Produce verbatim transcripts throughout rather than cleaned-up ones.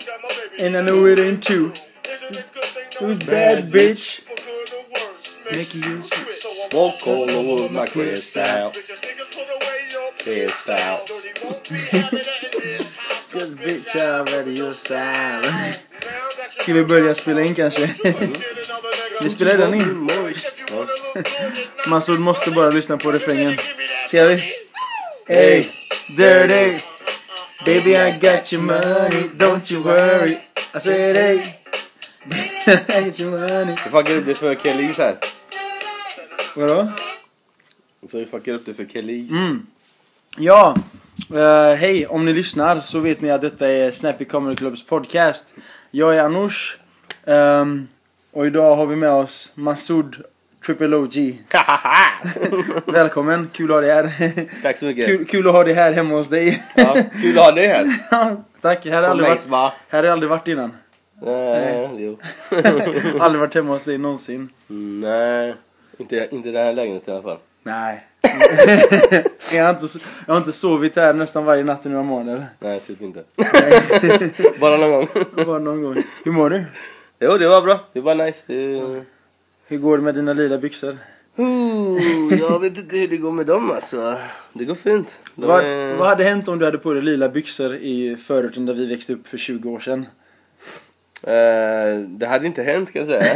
and I know it ain't true. Who's bad bitch? Making you Walk all over my crystal. Crystal. Cause bitch I'm ready your style. Ska vi börja spela in kanske? Vi spelar den in. Masud måste bara lyssna på refrängen. Ska vi? Hey, dirty. Baby I got your money, don't you worry. I said hey. I got your money. Du fuckar upp det för Kellys här. Vadå? Så vi fuckar upp det för Kellys. Mm. Ja, uh, hej, om ni lyssnar så vet ni att detta är Snappy Comedy Clubs podcast. Jag är Anush um, och idag har vi med oss Masud Triple O G. Välkommen, kul att ha dig här. Tack så mycket. Kul, kul att ha dig här hemma hos dig. Ja, kul att ha dig här. Tack, här har jag aldrig varit, här har jag aldrig varit innan. Nej, jo. Aldrig varit hemma hos dig någonsin. Mm, nej, inte, inte det här lägenhet i alla fall. Nej. jag, har inte, jag har inte sovit här nästan varje natt i några månader. Nej, typ inte. Bara någon gång. Bara någon gång. Hur mår du? Jo, det var bra. Det var nice. Det... Hur går det med dina lila byxor? Uh, jag vet inte hur det går med dem alltså. Det går fint. De vad, är... vad hade hänt om du hade på dig lila byxor i förorten där vi växte upp för tjugo år sedan? Uh, det hade inte hänt kan jag säga.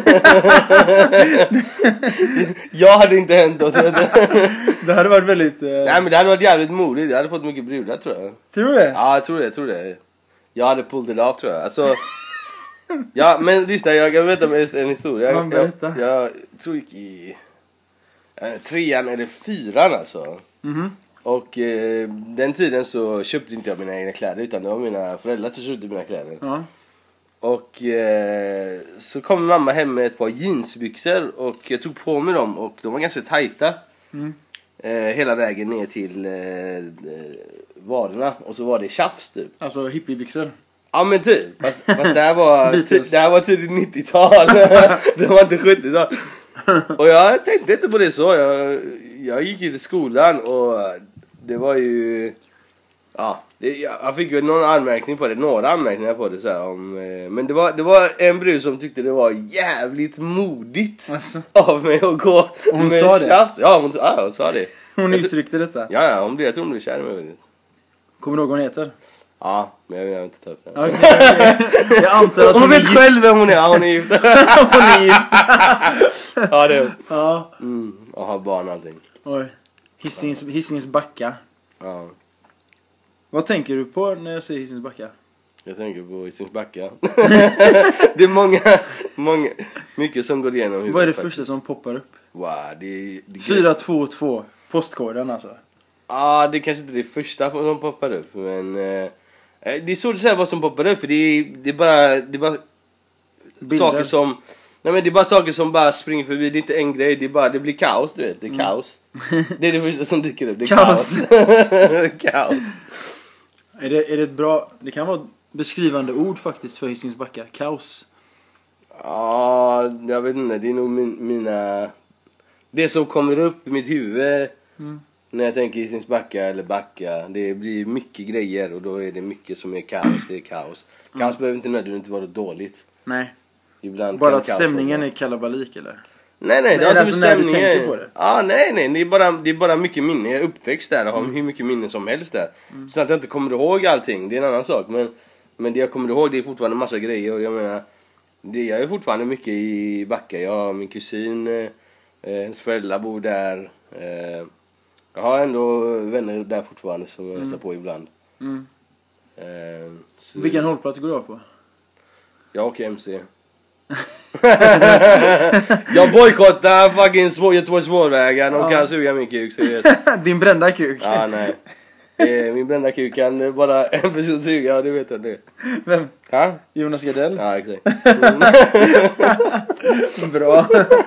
Jag hade inte hänt då. Det hade varit väldigt... Uh... Nej, men det hade varit jävligt modigt. Jag hade fått mycket brudar tror jag. Tror du det? Ja, jag tror det, jag tror det. Jag hade pulled it off tror jag. Alltså... Ja, men lyssna, jag kan berätta med en historia. Man berätta. Jag, jag tror gick i äh, trean eller fyran alltså. Mm-hmm. Och eh, den tiden så köpte inte jag mina egna kläder utan det var mina föräldrar som köpte mina kläder. Ja. Och eh, så kom mamma hem med ett par jeansbyxor och jag tog på mig dem och de var ganska tajta. Mm. Eh, hela vägen ner till eh, vaderna och så var det tjafs typ. Alltså hippiebyxor. Ja men typ, fast, fast det här var ty, det här var tidigt nittiotal. Det var inte sjuttiotal. Och jag tänkte inte på det så. Jag, jag gick till skolan och det var ju ja, det, jag fick ju någon anmärkning på det, några anmärkningar på det så här, om, men det var det var en brud som tyckte det var jävligt modigt alltså. Av mig att gå. Och hon med sa det. tjafs. Ja, hon, ja, hon sa det. Hon uttryckte detta. Ja, ja, hon blev jag tror hon blev kär i mig. Kommer du ihåg vad hon heter? Ja, men jag vill inte ta upp det. Okay, okay. Jag antar att hon, hon vet är själv vem hon är. Ja, hon är gift. Hon är gift. Ja, det är hon. Ja. Mm, och har barn och allting. Oj. Hisings, Hisings backa. Ja. Vad tänker du på när jag säger Hisings backa? Jag tänker på Hisings backa. Det är många, många, mycket som går igenom huvudet. Vad är det faktiskt. första som poppar upp? Wow, det är... Det är fyra två två. Postkoden alltså. Ja, ah, det är kanske inte det första som poppar upp. Men eh, det är svårt att säga vad som poppar upp. För det är, det är bara, det är bara saker som... Nej men det är bara saker som bara springer förbi. Det är inte en grej, det är bara, det blir kaos, du vet. Det är mm. kaos. Det är det första som dyker upp, det är kaos. Kaos. Är det, är det ett bra... Det kan vara ett beskrivande ord faktiskt för Hisings backa. Kaos. Ja, jag vet inte. Det är nog min, mina... Det som kommer upp i mitt huvud mm. när jag tänker Hisings backa eller backa. Det blir mycket grejer och då är det mycket som är kaos. Det är kaos. Kaos mm. behöver inte nödvändigtvis vara dåligt. Nej. Ibland bara att stämningen är kalabalik eller? Nej nej, det är har inte med stämningen. När du tänker på det? Ja, nej nej, det är bara det är bara mycket minne. Jag är uppväxt där och har mm. hur mycket minne som helst där. Mm. Så att jag inte kommer ihåg allting, det är en annan sak, men men det jag kommer ihåg det är fortfarande en massa grejer och jag menar det jag är fortfarande mycket i Backa. Jag har min kusin, eh, hennes föräldrar bor där. Eh, jag har ändå vänner där fortfarande som jag mm. hälsar på ibland. Mm. Eh, så... Vilken hållplats går du av på? Jag åker M C. Jag bojkottar fucking svår, Göteborgs spårvägar. De ja. kan suga min kuk, seriöst. Din brända kuk. Ja, nej. Eh, min brända kuk kan bara en person suga, ja, det vet jag det. Vem? Ha? Jonas Gardell? Ja, exakt. Mm. Bra.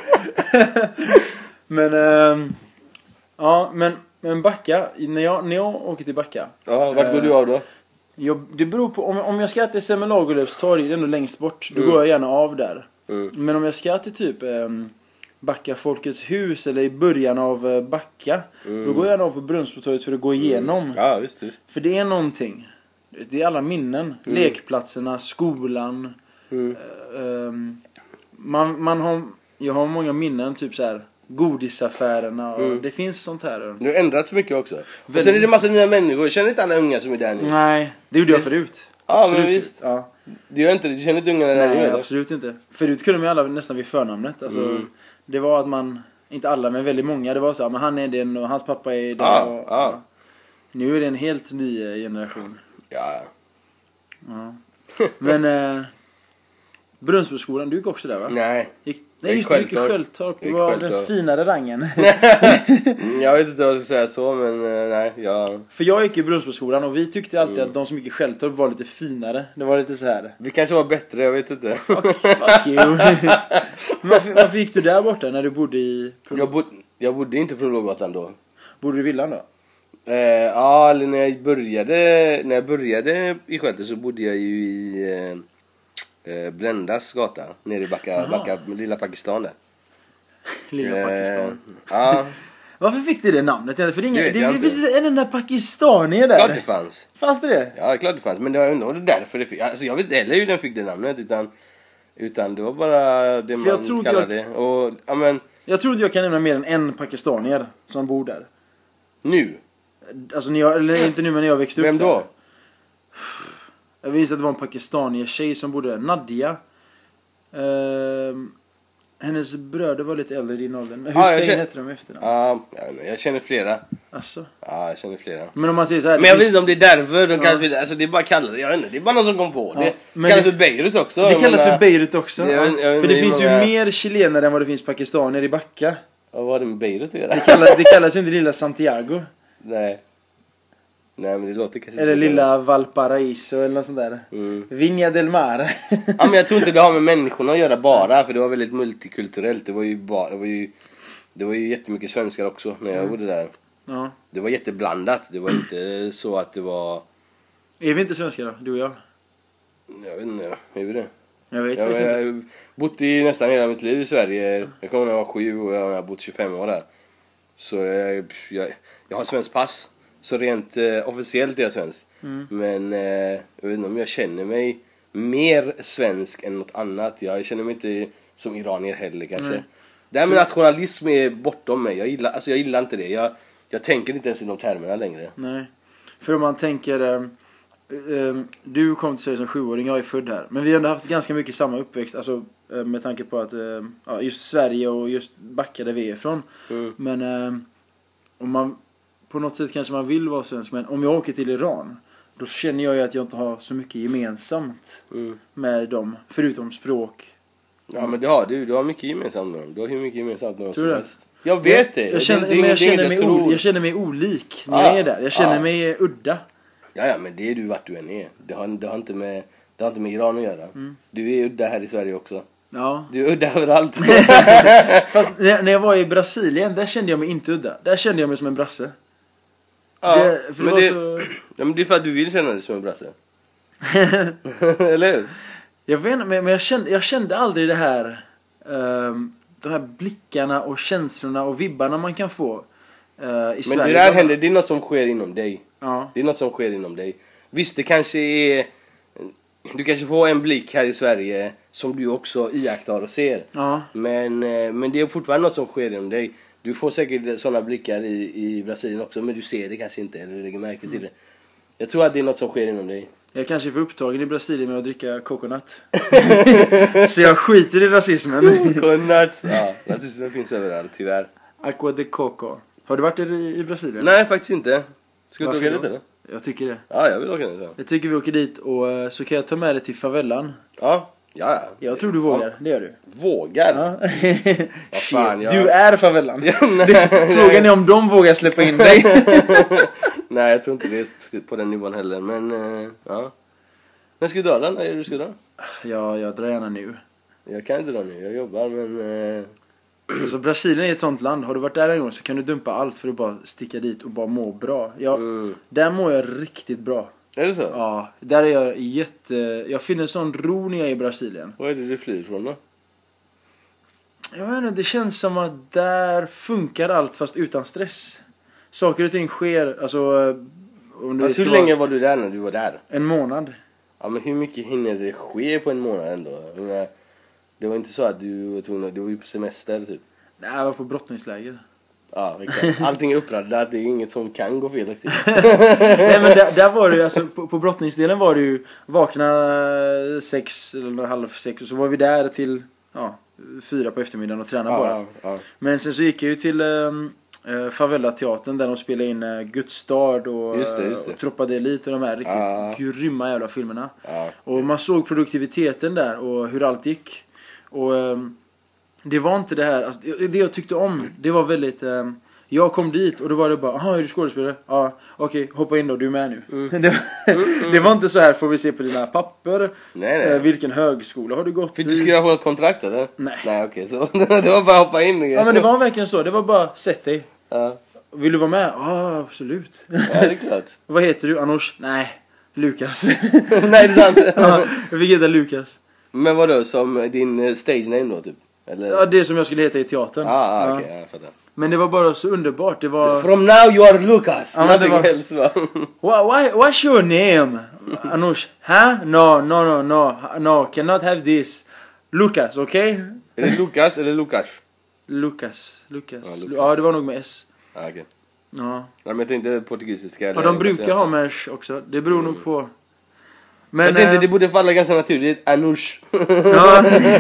Men ähm, ja, men men Backa, när jag när jag åker till Backa. Ja, vart går äh, du av då? Jag, det beror på, om, om jag ska till Semmelagolövstorg, det är ändå längst bort, då mm. går jag gärna av där. Mm. Men om jag ska till typ eh, Backa Folkets hus eller i början av eh, Backa, mm. då går jag gärna av på Brunnsbotorget för att gå igenom. Mm. Ja, visst, visst. För det är någonting. Det är alla minnen. Mm. Lekplatserna, skolan. Mm. Uh, um, man, man har, jag har många minnen, typ så här godisaffärerna och Mm. det finns sånt här. Det har ändrats mycket också. Och sen är det massa nya människor. Känner inte alla unga som är där nu? Nej, det gjorde jag förut. Ja, absolut men visst. Ja. Du gör inte det. Du känner inte ungarna där nu, Nej, eller? absolut inte. Förut kunde man ju alla nästan vid förnamnet. Alltså, Mm. det var att man, inte alla men väldigt många, det var så här, men han är den och hans pappa är den. Ja, och, ja. Nu är det en helt ny generation. Ja. Ja. Men eh, Brunnsboskolan, du gick också där va? Nej. Gick, nej just det, du gick i Sköldtorp. Det Gick var Sköldtorp. den finare rangen. Jag vet inte vad jag ska säga så, men uh, nej, jag... För jag gick i Brunnsboskolan och vi tyckte alltid Mm. att de som gick i Sköldtorp var lite finare. Det var lite så här. Vi kanske var bättre, jag vet inte. Fuck, fuck you. varför, varför gick du där borta när du bodde i... Jag, bod, jag bodde inte på Prologgatan då. Bodde du i villan då? Eh, ja, eller när jag började, när jag började i Skövde så bodde jag ju i eh, eh, Bländas gata, nere i Backa, Backa lilla Pakistan där. Lilla Eh, Pakistan. Ja, Varför fick du det namnet? För det, är inga, Det vet det, jag det inte. finns inte en enda pakistanier där. klart det fanns. Fanns det det? Ja, klart det fanns. Men det var ju inte därför det fick. Alltså jag vet inte heller hur den fick det namnet, utan, utan det var bara det För jag man trodde kallade jag- det. Och, ja men, Jag tror inte jag kan nämna mer än en pakistanier som bor där. nu. Alltså när jag, eller inte nu men när jag växte Vem upp då? där. Jag visste att det var en pakistanier tjej som bodde där. Nadia. Ehm, hennes bröder var lite äldre i din ålder. Hur Ja, jag säger känner- hette de efter? Ja, jag vet inte, jag känner flera. Alltså. Ja, jag känner flera. Men om man säger så här. Men jag det vet finns- inte om det är därför de kallas för det. Alltså det är bara kallar jag vet inte, det är bara någon som kom på. Ja, Det men kallas det- för Beirut också. Det jag kallas menar- för Beirut också. Det- jag ja. vet- jag vet För det inte finns hur många- ju mer chilenare än vad det finns pakistanier i Backa. Ja, vad har det med Beirut att göra? Det kallas, det kallas ju inte lilla Santiago. Nej. Nej, men det låter kanske Eller inte så. lilla Valparaiso eller något sånt där. Mm. Viña del Mar. Ja, men jag tror inte det har med människorna att göra bara. För det var väldigt multikulturellt. Det var ju, bara, det var ju, det var ju jättemycket svenskar också när jag Mm. bodde där. Ja. Det var jätteblandat. Det var inte så att det var... Är vi inte svenskar då? Du och jag? Jag vet inte, är vi det? Jag vet Jag, faktiskt jag inte. har bott i nästan hela mitt liv i Sverige. Jag kommer när jag var sju och jag har bott tjugofem år där. Så jag, jag, jag har svensk pass. Så rent eh, officiellt är jag svensk. Mm. Men eh, jag vet inte om jag känner mig mer svensk än något annat. Jag känner mig inte som iranier heller kanske. Nej. Det här med nationalism är bortom mig. Jag gillar, alltså jag gillar inte det. Jag, jag tänker inte ens i de termerna längre. Nej. För om man tänker... ehm, ehm, du kom till Sverige som sjuåring, jag är född här. Men vi har ändå haft ganska mycket samma uppväxt. Alltså eh, med tanke på att... ehm, ja, just Sverige och just Backa där vi är ifrån. Mm. Men ehm, om man... På något sätt kanske man vill vara svensk. Men om jag åker till Iran, då känner jag ju att jag inte har så mycket gemensamt Mm. med dem. Förutom språk. Ja, men det har du. Du har mycket gemensamt med dem. Du har hur mycket gemensamt med dem Tror du som det? helst. Jag vet det. Jag känner, det, det, men jag, det är känner inget mig tror. o, jag känner mig olik när Ja. jag är där. Jag känner Ja. mig udda. Ja, ja, men det är du vart du än är. Det har, det har, inte, med, det har inte med Iran att göra. Mm. Du är udda här i Sverige också. Ja. Du är udda överallt. Fast när när jag var i Brasilien, där kände jag mig inte udda. Där kände jag mig som en brasse. Ja, det, för det men var det, så... ja, men det är för att du vill känna dig som en brasse. Eller hur? Jag vet inte, men men jag kände, jag kände aldrig det här... ehm, de här blickarna och känslorna och vibbarna man kan få eh, i Men Sverige. det där händer, det är något som sker inom dig. Ja. Det är något som sker inom dig. Visst, det kanske är... Du kanske får en blick här i Sverige som du också iakttar och ser. Ja. Men, eh, men det är fortfarande något som sker inom dig. Du får säkert sådana blickar i, i Brasilien också, men du ser det kanske inte eller lägger märke till det. Jag tror att det är något som sker inom dig. Jag kanske är för upptagen i Brasilien med att dricka coconut. Så jag skiter i rasismen. Coconuts. Ja, rasismen finns överallt, tyvärr. Aqua de coco. Har du varit i, i Brasilien? Nej, faktiskt inte. Ska du inte Varför åka då? dit eller? Jag tycker det. Ja, jag vill åka dit. Ja, Jag tycker vi åker dit och eh, så kan jag ta med dig till favellan. ja. ja. Jag tror du vågar, det gör du. Vågar? Ja. Vad fan, jag... Du är favellan. Ja, nej, Frågan är om de vågar släppa in dig. Nej, jag tror inte det är på den nivån heller, men eh, ja. När ska du dra den? När är det du ska dra? Ja, jag drar gärna nu. Jag kan inte dra nu, jag jobbar, men... Eh, Alltså Brasilien är ett sånt land. Har du varit där en gång så kan du dumpa allt för att bara sticka dit och bara må bra. Jag, mm. Där mår jag riktigt bra. Är det så? Ja, där är jag jätte... Jag finner en sån ro när jag är i Brasilien. Vad är det du flyr från då? Jag vet inte, det känns som att där funkar allt fast utan stress. Saker och ting sker, alltså Fast hur länge var du där när du var där? En månad. Ja, men hur mycket hinner det ske på en månad ändå? Det var inte så att du var tvungen, du var ju på semester typ. Nej, jag var på brottningsläger. Ja, exakt. Allting är uppraddat, det är inget som kan gå fel riktigt. Nej, men där, där var det ju, alltså på, på brottningsdelen var det ju vakna sex eller halv sex och så var vi där till ja, fyra på eftermiddagen och tränade ja, bara. Ja, ja. Men sen så gick jag ju till um, uh, Favela-teatern där de spelade in uh, Guds stad och, just det, just det. och Troppade Elit och de här riktigt ja. grymma jävla filmerna. Ja. Och man såg produktiviteten där och hur allt gick. Och um, det var inte det här, alltså, det, det jag tyckte om, det var väldigt... Um, jag kom dit och då var det bara, aha, är du skådespelare? Ja, okej, okay, hoppa in då, du är med nu. Mm. det, mm. det var inte så här, får vi se på dina papper. Nej, nej. Eh, vilken högskola har du gått Fick du skriva på något kontrakt eller? Nej. Nej, okej, okay, så det var bara hoppa in. Ja, men det var verkligen så, det var bara, sätt dig. Ja. Vill du vara med? Ja, absolut. Ja, det är klart. Vad heter du, Anoush? Nej, Lukas. Nej, det är sant. Ja, jag fick heta Lukas. Men vadå, som din stage name då typ? Eller? Ja, det som jag skulle heta i teatern. Ah, ah, ja. okej, okay, jag fattar. Men det var bara så underbart. Det var... From now you are Lucas. Ja, Nothing var... else. Why, why, what's your name? Anoush. Huh? No, no, no, no. No, cannot have this. Lucas, okej? Okay? Är det Lucas eller Lukas? Lucas. Lucas. Ja, Lucas. Ja, det var nog med S. Ah, okej. Okay. Ja. Ja, men jag tänkte portugisiska. Ja, de brukar ha med S också. Det beror mm. nog på. Men, jag tänkte äh... det borde falla ganska naturligt. Anoush. Ja.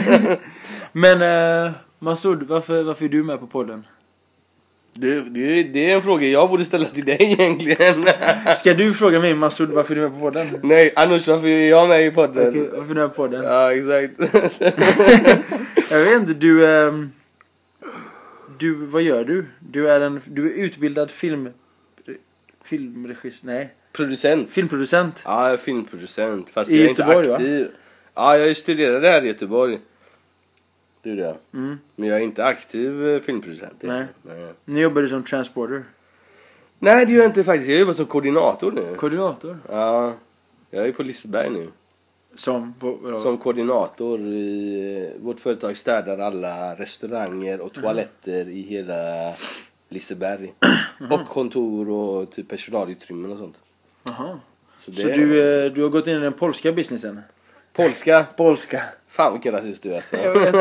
Men äh, Masoud, varför, varför är du med på podden? Det, det, det är en fråga jag borde ställa till dig egentligen. Ska du fråga mig, Masoud, varför är du med på podden? Nej, Anoush, varför är jag med i podden? Okej, varför är du med på podden? Ja, exakt. Jag vet inte, du... Ähm, du, vad gör du? Du är en du är utbildad film... Filmregissör, nej. Producent. Filmproducent. Ja, jag är filmproducent. Fast I jag är Göteborg, inte aktiv. Va? Ja, jag studerade här i Göteborg. Du det. Mm. Men jag är inte aktiv filmproducent. Nej. Nej. Nu jobbar du som transporter. Nej, det gör jag inte faktiskt. Jag jobbar som koordinator nu. Koordinator? Ja. Jag är på Liseberg nu. Som? På, som koordinator i vårt företag städar alla restauranger och toaletter mm. i hela Liseberg. Mm. Och kontor och typ personalutrymmen och sånt. Aha. Så, det... Så du, du har gått in i den polska businessen? Polska? Polska. Fan vilken rasist du är alltså.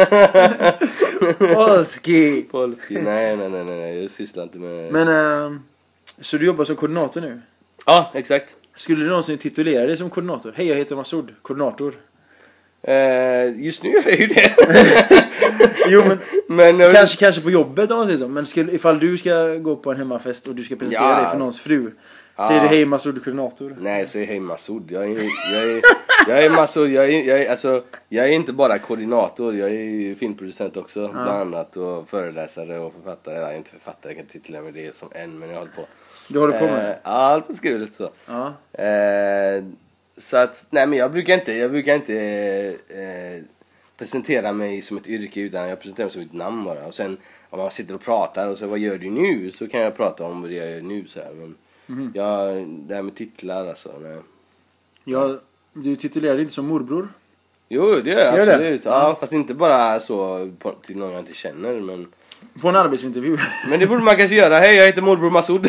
Polski. Polski. Nej, nej, nej, nej. Jag sysslar inte med... Men, äh, så du jobbar som koordinator nu? Ja, exakt. Skulle du någonsin titulera dig som koordinator? Hej, jag heter Masoud, koordinator. Uh, just nu gör jag ju det. Jo, men, men uh, kanske, kanske på jobbet om man säger så. Men skulle, ifall du ska gå på en hemmafest och du ska presentera ja. dig för någons fru. Ja. Säger du hej Masoud, koordinator? Nej, jag säger hej Masoud. Jag är, jag är, jag är Masoud. Jag är, jag är, alltså, jag är inte bara koordinator. Jag är filmproducent också. Ja. Bland annat. Och föreläsare och författare. Jag är inte författare, jag kan titla mig det som en. Men jag håller på. Du håller på med? Uh, ja, jag håller på att skriva lite så. Ja. Uh, Så att, nej men jag brukar inte, jag brukar inte eh, presentera mig som ett yrke utan jag presenterar mig som ett namn bara. Och sen om man sitter och pratar och så vad gör du nu? Så kan jag prata om vad jag gör nu så här. Men mm. jag, det här med titlar alltså, nej. Ja, du titulerar inte som morbror? Jo, det gör jag gör absolut. Det? Ja, fast inte bara så på, till någon jag inte känner, men... På en arbetsintervju. Men det borde man kanske göra. Hej, jag heter morbror Masoud.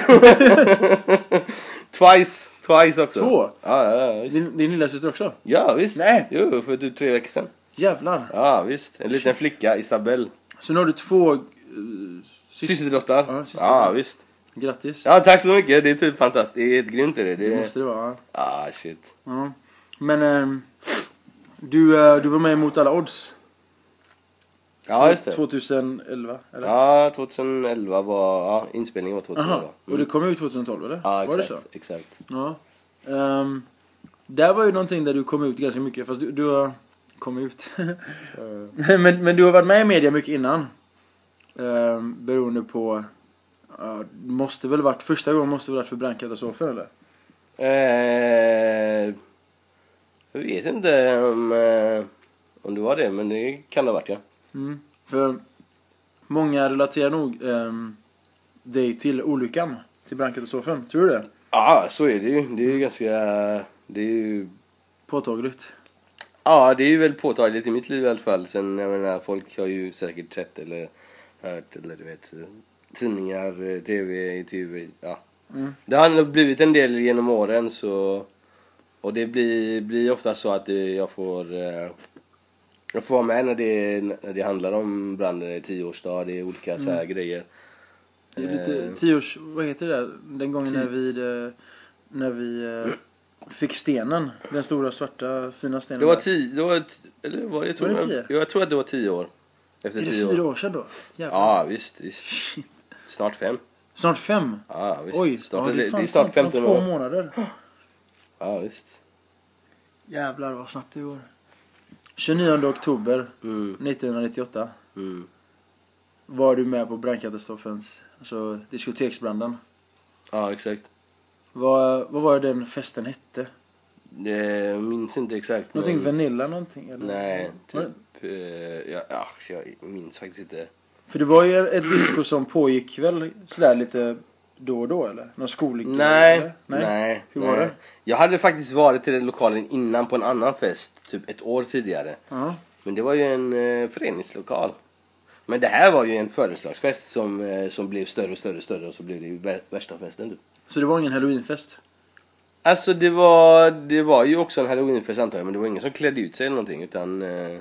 Twice. Twice också. Två? Ja, ja, visst. Din, din lilla syster också? Ja, visst. Nej. Jo, för typ tre veckor sedan. Jävlar. Ja, visst. En liten flicka, Isabelle. Så nu har du två... Uh, systerdottar. Ja, syster ja, visst. Grattis. Ja, tack så mycket. Det är typ fantastiskt. Det är ett grymt det. Det måste det vara. Ja, ah, shit. Ja. Men um, du, uh, du var med mot alla odds. Ja, just det. tjugoelva, eller? Ja, tjugoelva var... Ja, inspelningen var tjugoelva. Mm. Och det kom ut tjugotolv, eller? Ja, exakt. Var det så? Exakt. Ja. Um, där var ju någonting där du kom ut ganska mycket. Fast du, du har... Kom ut. men, men du har varit med i media mycket innan. Um, beroende på... Uh, måste väl varit... Första gången måste väl varit för brandkatastrofen, eller? Eh, jag vet inte om, eh, om det var det, men det kan det ha varit, ja. Mm. För många relaterar nog um, dig till olyckan, till brandkatastrofen. Tror du det? Ja, så är det ju. Det är ju ganska... Det är ju... Påtagligt. Ja, det är ju väl påtagligt i mitt liv i alla fall. Sen, jag menar, folk har ju säkert sett eller hört, eller du vet, tidningar, tv, tv, ja. Mm. Det har blivit en del genom åren så... Och det blir, blir ofta så att det, jag får... Eh, jag får vara med när det, när det handlar om branden i tioårsdag. Det är olika mm. så här grejer. Det är lite tioårs... Vad heter det där? Den gången när vi... När vi... Fick stenen, den stora svarta fina stenen. Det var tio, det var ett, eller var det, jag tror, var det tio? Jag, jag tror att det var tio år. Efter är det tio fyra år. år sedan då? Jävlar. Ja, visst, visst. Snart fem. Snart fem? Ja, visst. Oj, snart, ja, det, är det är snart femton två år. månader. Ja, visst. Jävlar vad snabbt det går. tjugonionde oktober mm. nittonhundranittioåtta. Mm. Var du med på brandkatastrofens, alltså diskoteksbranden? Ja, exakt. Vad, vad var det den festen hette? Jag minns inte exakt. Någonting men... Vanilla någonting? Eller? Nej, typ... Uh, ja, ja, jag minns faktiskt inte. För det var ju ett disco som pågick väl sådär lite då och då, eller? Någon skolig? Nej, eller? nej, nej. Hur nej. var det? Jag hade faktiskt varit till den lokalen innan på en annan fest, typ ett år tidigare. Uh-huh. Men det var ju en uh, föreningslokal. Men det här var ju en födelsedagsfest som, uh, som blev större och större och större och så blev det ju värsta festen typ. Så det var ingen halloweenfest? Alltså det var, det var ju också en halloweenfest antar jag, men det var ingen som klädde ut sig eller någonting utan... Uh,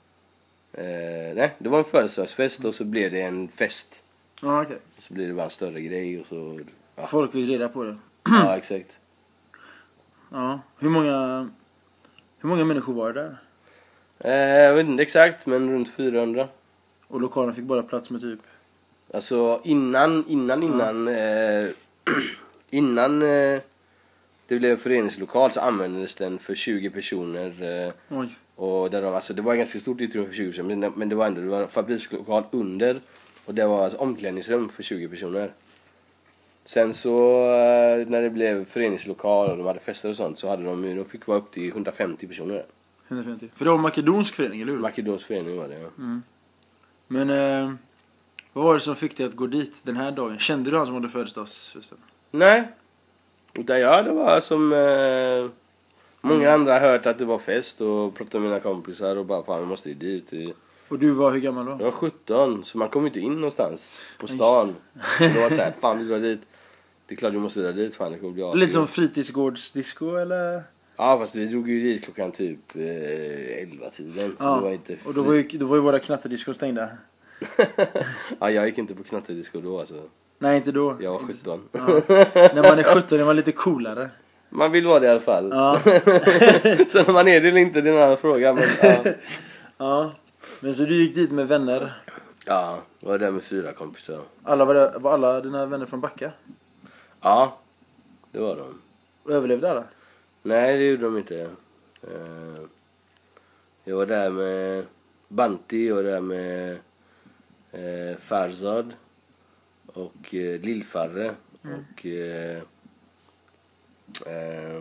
Uh, nej, det var en födelsedagsfest och så blev det en fest. Ja, ah, okej. Okay. Så blev det bara en större grej och så... Ja. Folk fick reda på det. Ja, exakt. Ja, hur många... Hur många människor var det där? Uh, jag vet inte exakt, men runt fyrahundra. Och lokalen fick bara plats med typ? Alltså innan, innan, innan... Ja. Uh, innan uh, det blev föreningslokal så användes den för tjugo personer. Uh, Oj. Och där de, alltså det var ett ganska stort utrymme för tjugo personer, men, men det var ändå det var en fabrikslokal under och det var alltså omklädningsrum för tjugo personer. Sen så när det blev föreningslokal och de hade fester och sånt så hade de de fick vara upp till hundrafemtio personer. hundrafemtio. För det var en makedonsk förening, eller hur? Makedonsk förening var det, ja. Mm. Men eh, vad var det som fick dig att gå dit den här dagen? Kände du han som hade födelsedagsfesten? Nej. Utan jag det var som eh, många andra har hört att det var fest och pratade med mina kompisar och bara fan vi måste ju dit. Och du var hur gammal då? Jag var sjutton så man kom inte in någonstans på stan. Det var så här, fan vi drar dit. Det är klart du måste dra dit fan det kommer bli asigt. Lite som fritidsgårdsdisco eller? Ja fast vi drog ju dit klockan typ eh, elva tiden. Ja, det var inte och då var, ju, då var ju våra knattedisco stängda. Ja jag gick inte på knattedisco då alltså. Nej inte då. Jag var sjutton. Ja. När man är sjutton är man lite coolare. Man vill vara det i alla fall. Ja. Så när man är det eller inte, det är en annan fråga. Men, ja. Ja. Men så du gick dit med vänner? Ja, jag var där med fyra kompisar. Alla var, där, var alla dina vänner från Backa? Ja, det var de. Överlevde alla? Nej, det gjorde de inte. Jag var där med Banti, jag var där med Farzad och Lillfarre mm. och... Uh,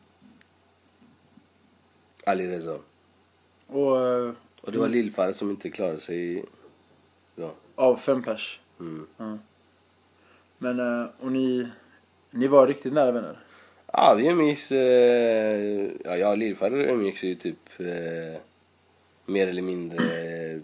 Ali Reza. Och, uh, och det var Lillfarre som inte klarade sig då. Av fem pers. Mm. Ja. Men uh, och ni ni var riktigt nära vänner. Ja, vi umgicks uh, ja, jag och Lillfarre umgicks ju typ uh, mer eller mindre uh,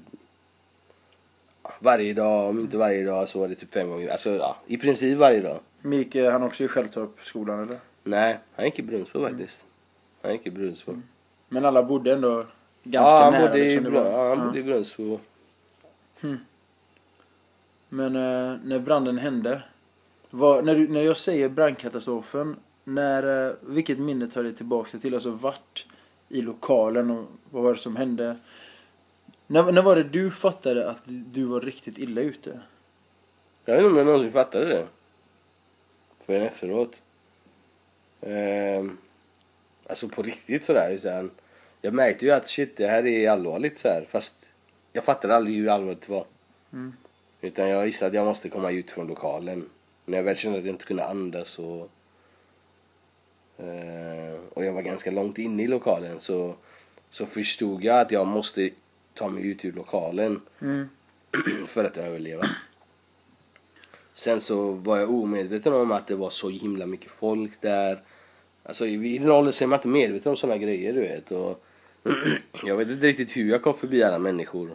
varje dag, om inte varje dag så var det typ fem gånger. Alltså ja, i princip varje dag. Gick uh, han också i Självtorp skolan eller? Nej, han gick i Brunnsbo faktiskt. Han gick i Brunnsbo. Mm. Men alla bodde ändå ganska ja, han nära. Bodde liksom, i, var... Ja, han ja. bodde i Brunnsbo. Hmm. Men äh, när branden hände, var, när, du, när jag säger brandkatastrofen, när, äh, vilket minne tar det tillbaka till? Alltså vart i lokalen och vad var det som hände? När, när var det du fattade att du var riktigt illa ute? Jag vet inte om jag någonsin fattade det. Förrän efteråt. Ehm, alltså på riktigt sådär utan jag märkte ju att shit det här är allvarligt så här, fast jag fattade aldrig hur allvarligt det var. Mm. Utan jag visste att jag måste komma ut från lokalen. När jag väl kände att jag inte kunde andas och eh, och jag var ganska långt inne i lokalen så, så förstod jag att jag måste ta mig ut ur lokalen mm. för att överleva. Sen så var jag omedveten om att det var så himla mycket folk där. Alltså i den åldern så är man inte medveten om sådana grejer, du vet. Och jag vet inte riktigt hur jag kom förbi alla människor.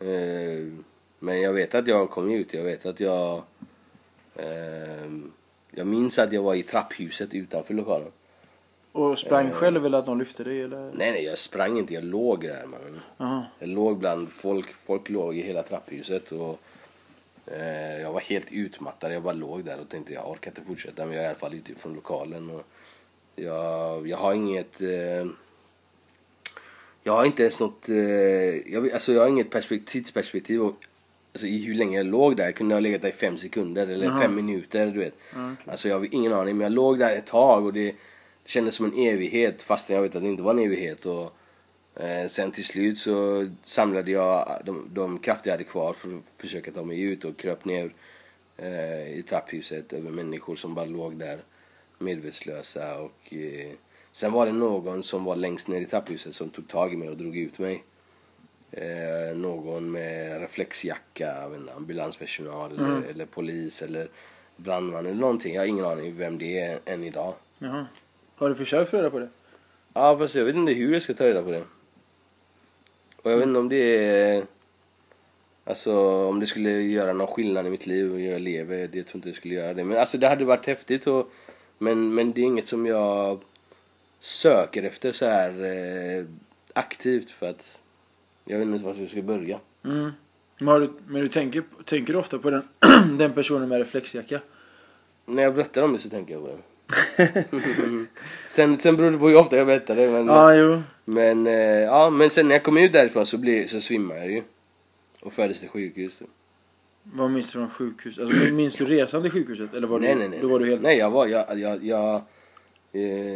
Men jag vet att jag kom ut. Jag vet att jag... Jag minns att jag var i trapphuset utanför lokalen. Och sprang eh, själv eller att de lyfte dig eller? Nej nej, jag sprang inte, jag låg där man. Aha. Jag låg bland folk, folk låg i hela trapphuset och eh, jag var helt utmattad. Jag bara låg där och tänkte jag orkar inte fortsätta, men jag är i alla fall ute från lokalen och jag, jag har inget eh, jag har inte ens något eh, jag, alltså jag har inget perspektiv, tidsperspektiv och, alltså i hur länge jag låg där. Jag kunde ha legat där i fem sekunder eller Aha. fem minuter, du vet. Ah, okay. Alltså jag har ingen aning, men jag låg där ett tag och det kändes som en evighet fast jag vet att det inte var en evighet och eh, sen till slut så samlade jag de, de krafter jag hade kvar för att försöka ta mig ut och kröp ner eh, i trapphuset över människor som bara låg där medvetslösa och eh, sen var det någon som var längst ner i trapphuset som tog tag i mig och drog ut mig. Eh, någon med reflexjacka, en ambulanspersonal mm. eller, eller polis eller brandman eller någonting. Jag har ingen aning vem det är än idag. Jaha. Har du försökt få reda på det? Ja, fast jag vet inte hur jag ska ta reda på det. Och jag vet inte om det är... Alltså, om det skulle göra någon skillnad i mitt liv och jag lever, det tror inte det skulle göra det. Men alltså, det hade varit häftigt och... Men, men det är inget som jag söker efter så här eh, aktivt för att jag vet inte var jag ska börja. Mm. Men, du, men du tänker, tänker du ofta på den, den personen med reflexjacka? När jag berättar om det så tänker jag på det. sen, sen beror det på hur ofta jag berättar det. Men, ah, jo. Men, eh, ja, men sen när jag kom ut därifrån så, blir, så svimmar jag ju. Och föddes till sjukhus. Vad minns du från sjukhus? Alltså, minns du resan till sjukhuset? Eller var nej, du, nej, nej. Då var du helt... Nej, jag var... Jag, jag, jag, eh,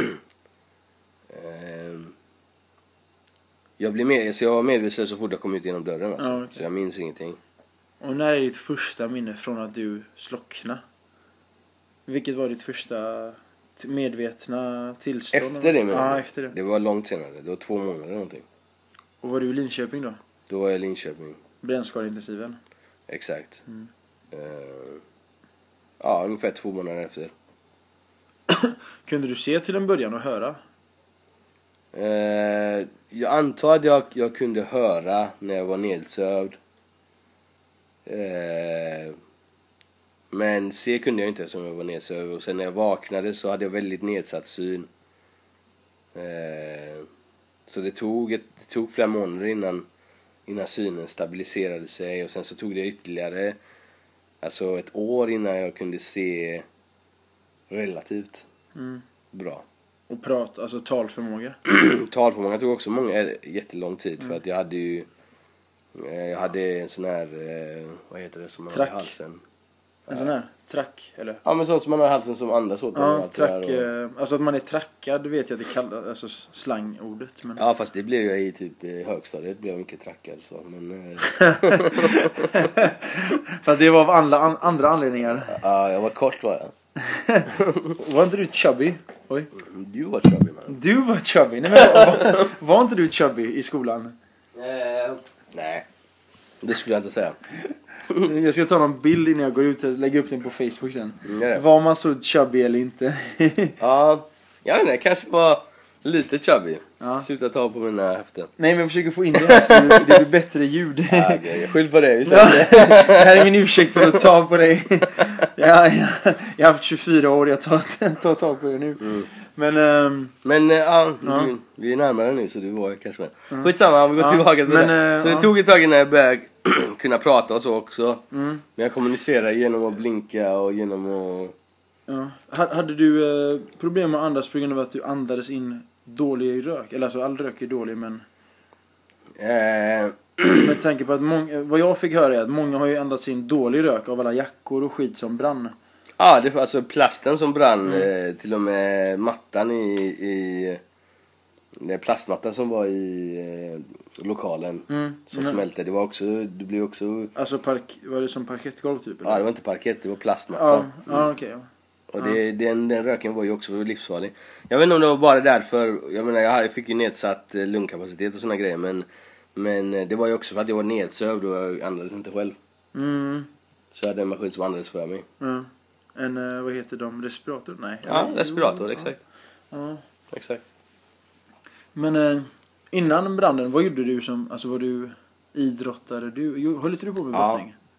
eh, jag blev med, så jag var medvetslös så fort jag kom ut genom dörren. Alltså. Ah, okay. Så jag minns ingenting. Och när är ditt första minne från att du slocknade? Vilket var ditt första medvetna tillstånd? Efter det, men ja, efter det. Det var långt senare. Det var två månader eller någonting. Och var du i Linköping då? Då var jag i Linköping. Brännskadeintensiven? Exakt. Mm. Uh, ja, ungefär två månader efter. Kunde du se till en början och höra? Uh, jag antar att jag, jag kunde höra när jag var nedsövd. Uh, Men se kunde jag inte som jag var nedsövd. Och sen när jag vaknade så hade jag väldigt nedsatt syn. Eh, så det tog, ett, det tog flera månader innan, innan synen stabiliserade sig. Och sen så tog det ytterligare alltså ett år innan jag kunde se relativt mm. bra. Och prata, alltså talförmåga? Talförmåga tog också många, jättelång tid. Mm. För att jag hade ju jag hade en sån här eh, vad heter det som man har i halsen? En sån här track, eller? Ja, men sånt som man har i halsen som andas åt. Ja, track, och... alltså att man är trackad vet jag att det kallas, alltså slangordet. Men... Ja, fast det blev jag i typ högstadiet, blev jag mycket trackad så, men... Fast det var av andra, andra anledningar. Ja, jag var kort var jag. Var inte du chubby? Oj. Du var chubby, man. Du var chubby? Nej, men var, var inte du chubby i skolan? Uh, nej, det skulle jag inte säga. Jag ska ta någon bild innan jag går ut och lägga upp den på Facebook sen. Mm, var man så chubby eller inte? Ja, jag vet inte, kanske var lite chubby. Ja. Sluta ta på mina höften. Nej, men jag försöker få in det här så det blir bättre ljud. Ja, okay, jag skyll på det. Ja, det här är min ursäkt för att ta på dig. Ja, jag, jag har haft tjugofyra år, jag tar, tar tag på det nu. Mm. Men, um, men uh, ja, ja. Vi, vi är närmare nu så du var kanske med. Mm. Skitsamma, vi går ja, tillbaka till men, det. Uh, så det ja. tog ett tag innan jag började kunna prata och så också. Mm. Men jag kommunicerar genom att blinka och genom att... Ja. Hade du uh, problem med att andas på grund av att du andades in dålig rök? Eller alltså all rök är dålig, men... Uh. Med tanke på att många, vad jag fick höra är att många har ju andats in dålig rök av alla jackor och skit som brann. Ja, det var alltså plasten som brann, mm. eh, till och med mattan i, i den plastmattan som var i eh, lokalen mm. som mm. smälte. Det var också, det blev också... Alltså park, var det som parkettgolv typ? Eller? Ja, det var inte parkett, det var plastmatta. Ja, mm. ja okej. Okay. Och det, ja. den, den röken var ju också livsfarlig. Jag vet inte om det var bara därför, jag menar jag fick ju nedsatt lungkapacitet och såna grejer, men, men det var ju också för att jag var nedsövd och jag andades inte själv. Mm. Så jag hade en maskin som andades för mig. Ja. En, uh, vad heter de? Respirator? Nej. Ja, respirator, ja. Exakt. Ja. Exakt. Men uh, innan branden, vad gjorde du som, alltså var du idrottare? Du, höll inte du på med brottning?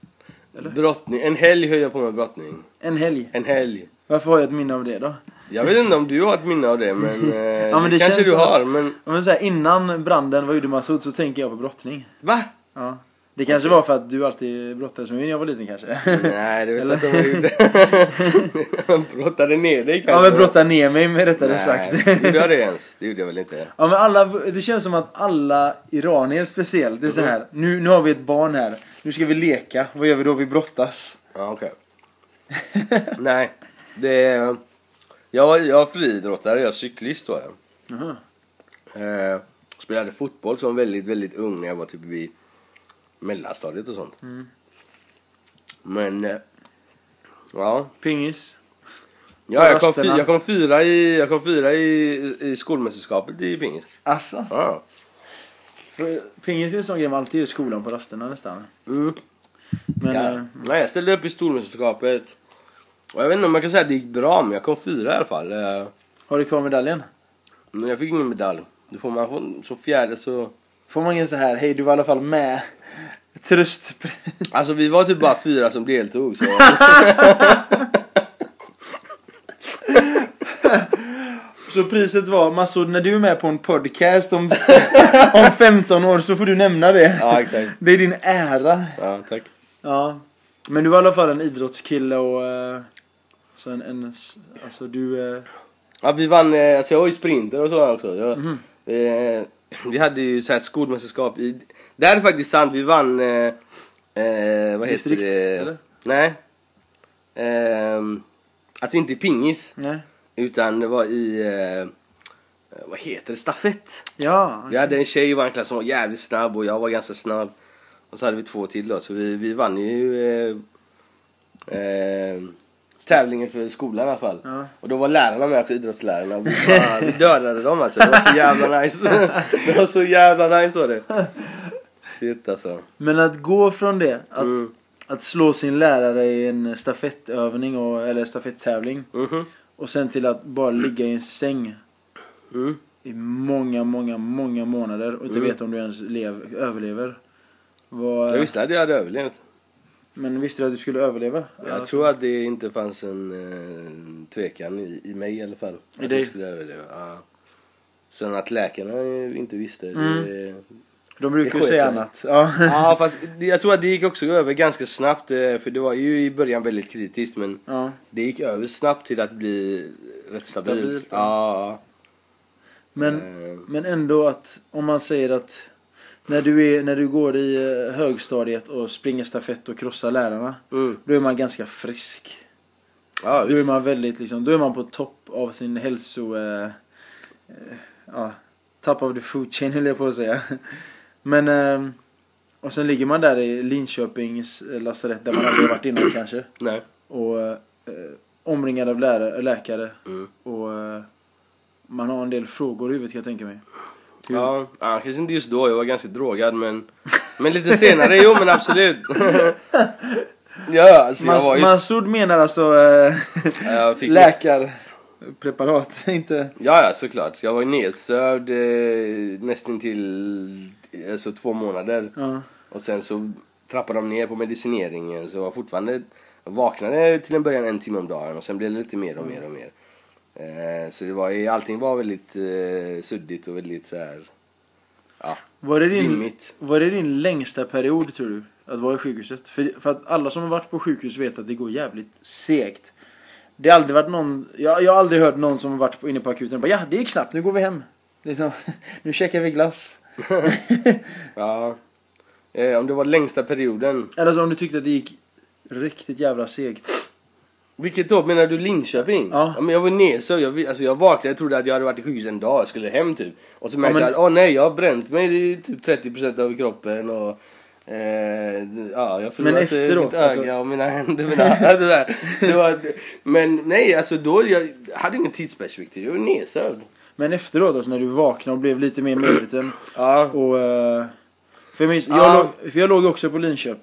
Eller? Brottning. En helg höll jag på med brottning. En helg? En helg. Varför har jag ett minne av det då? Jag vet inte om du har ett minne av det, men, eh, ja, men det, det kanske du har. Men... Ja, men så här, innan branden, vad gjorde Masoud, så tänker jag på brottning. Va? Ja. Det kanske okay. var för att du alltid brottade som jag var liten kanske. Nej, det vet jag inte vad jag gjorde. Man brottade ner dig kanske. Ja, men brottade ner mig med rättare Nej, sagt. gjorde jag det ens? Det gjorde jag väl inte. Ja, men alla, det känns som att alla iranier speciellt, det är så här. Nu, nu har vi ett barn här. Nu ska vi leka. Vad gör vi då? Vi brottas. Ja, okej. Okay. Nej, det är... Jag, jag är friidrottare, jag är cyklist då. Uh-huh. Eh, spelade fotboll som väldigt, väldigt ung när jag var typ vid mellanstadiet och sånt. Mm. Men, eh, ja. Pingis. Ja, jag kom, fyra, jag kom fyra i, jag kom fyra i, i skolmästerskapet i pingis. Asså? Ja. Pingis är en sån grej man alltid gör i skolan på rasterna nästan. Mm. Men, ja. äh... Nej, jag ställde upp i skolmästerskapet. Och jag vet inte om man kan säga att det gick bra, men jag kom fyra i alla fall. Har du kvar medaljen? Men jag fick ingen medalj. Det får man få, så fjärde så... Får man ingen så här, hej du var i alla fall med. Tröst. Alltså vi var typ bara fyra som deltog så... Så priset var, Masoud, när du är med på en podcast om, om femton år så får du nämna det. Ja, exakt. Det är din ära. Ja, tack. Ja. Men du var i alla fall en idrottskille och... Uh, så en, en... Alltså du... Uh... Ja, vi vann... Uh, alltså jag var ju sprinter och så också. Jag, mm-hmm. uh, vi hade ju så här skolmästerskap i... Det här är faktiskt sant. Vi vann... Uh, uh, vad heter Distrikt, det? Eller? Nej. Uh, alltså inte i pingis. Nej. Utan det var i... Uh, vad heter det? Stafett. Ja. Okay. Vi hade en tjej i vår klass som var jävligt snabb och jag var ganska snabb. Och så hade vi två till då. Så vi, vi vann ju... Uh, uh, tävlingen för skolan i alla fall. Ja. Och då var lärarna med också, idrottslärarna. Vi, bara, vi dödade dem alltså. Det var så jävla nice. Det var så jävla nice var det. Shit alltså. Men att gå från det, att, mm. att slå sin lärare i en stafettövning och, eller stafetttävling. Mm-hmm. Och sen till att bara ligga i en säng. Mm. I många, många, många månader. Och inte mm. veta om du ens lev, överlever. Var... Jag visste att jag hade överlevt. Men visste du att du skulle överleva? Jag alltså... tror att det inte fanns en eh, tvekan i, i mig i alla fall. I att dig? jag skulle överleva. Ja. Sen att läkarna inte visste. Mm. Det, de brukar ju säga annat. Ja. Ja, fast jag tror att det gick också över ganska snabbt. För det var ju i början väldigt kritiskt. Men ja. det gick över snabbt till att bli rätt stabilt. Stabilt, ja. Ja. Men, uh. men ändå att om man säger att när du, är, när du går i högstadiet och springer stafett och krossar lärarna, mm. då är man ganska frisk. Ja, då är man väldigt liksom, då är man på topp av sin hälso eh, eh, ja, top of the food chain höll jag på att säga. Men eh, och sen ligger man där i Linköpings lasarett där man aldrig har varit innan kanske. Nej. Och eh, omringad av lärare, läkare mm. och eh, man har en del frågor i huvudet kan jag tänka mig. Hur? Ja, ja, kanske inte just då, jag var ganska drogad men men lite senare, jo men absolut. Ja, alltså jag var ju... Masoud menar alltså äh, ja, fick läkarpreparat, inte... Ja, ja, såklart. Jag var ju nedsövd eh, nästan till alltså, två månader. Ja. Och sen så trappade de ner på medicineringen. Så jag fortfarande jag vaknade till en början en timme om dagen. Och sen blev det lite mer och mer och mer. Eh, så det var, allting var väldigt eh, suddigt och väldigt så här... Ja, var det din, dimmigt. Var det din längsta period tror du? Att vara i sjukhuset? För, för att alla som har varit på sjukhus vet att det går jävligt segt. Det har aldrig varit någon... Jag, jag har aldrig hört någon som har varit på, inne på akuten och bara, ja, det gick snabbt, nu går vi hem. Liksom, nu checkar vi glass. Ja. Eh, om det var längsta perioden. Eller så om du tyckte att det gick riktigt jävla segt. Vilket då? Menar du Linköping? Ja. Ja men jag var ner så jag, alltså jag vaknade, jag trodde att jag hade varit i sjukhus en dag. Jag skulle hem typ. Och så märkte ja, men... jag att, åh nej, jag har bränt mig typ trettio procent av kroppen. Och eh, ja, jag förlorade efteråt, mitt öga alltså... och mina händer. Mina, det där. Det var, men nej, alltså då, jag hade ingen tidsperspektiv. Jag var nedsövd. Men efteråt, alltså när du vaknade och blev lite mer medveten. Ja. Och... Uh, för, jag minns, ja. jag låg, för jag låg också på Linköping.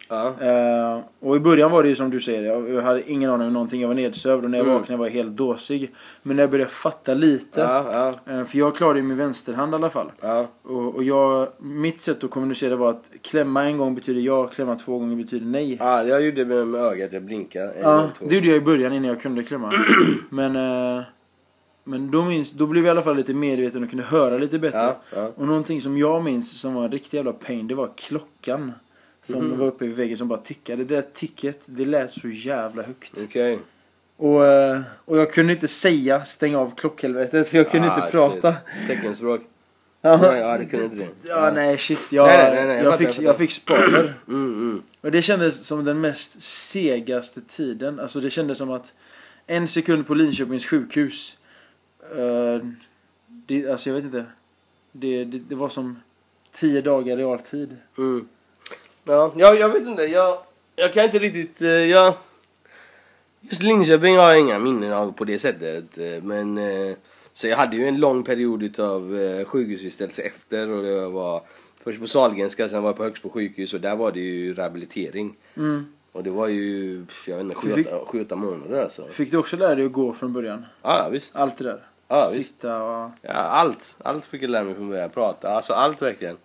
Ja. Uh, och i början var det ju som du säger, jag, jag hade ingen aning om någonting, jag var nedsövd och när jag mm. vaknade var jag helt dåsig. Men när jag började fatta lite, ja, ja. Uh, för jag klarade ju min vänsterhand i alla fall. Ja. Och, och jag, mitt sätt att kommunicera var att klämma en gång betyder ja, klämma två gånger betyder nej. Ja, jag gjorde det med ögat, jag blinkade. En Ja, gång, det gjorde jag i början innan jag kunde klämma. Men... Uh, Men då, minns, då blev jag i alla fall lite medveten och kunde höra lite bättre. Ja, ja. Och någonting som jag minns som var en riktig jävla pain, det var klockan. Som mm. var uppe i väggen som bara tickade. Det där ticket, det lät så jävla högt. Okej. Okay. Och, och jag kunde inte säga stäng av klockhelvetet, för jag kunde ah, inte prata. Shit. Teckenspråk. Ja, nej, ja, det kunde inte det. Ja, nej shit. Jag, nej, nej, nej, nej, jag, jag, fattar, fick, jag, jag fick spader. mm, mm. Och det kändes som den mest segaste tiden. Alltså det kändes som att en sekund på Linköpings sjukhus. Uh, det, alltså jag vet inte. Det, det, det var som tio dagar i realtid. Mm. Ja, jag, jag vet inte. Jag, jag kan inte riktigt... Uh, jag, just Linköping har jag inga minnen av på det sättet. Uh, men... Uh, så jag hade ju en lång period av uh, sjukhusvistelse efter. Och det var först på Sahlgrenska, sen var jag på Högsbo sjukhus. Och där var det ju rehabilitering. Mm. Och det var ju, jag vet inte, sju åtta månader alltså. Fick du också lära dig att gå från början? Ja, visst. Allt det där? Ja, Sitta och... Ja, allt. Allt fick jag lära mig från början. Prata. Alltså allt verkligen.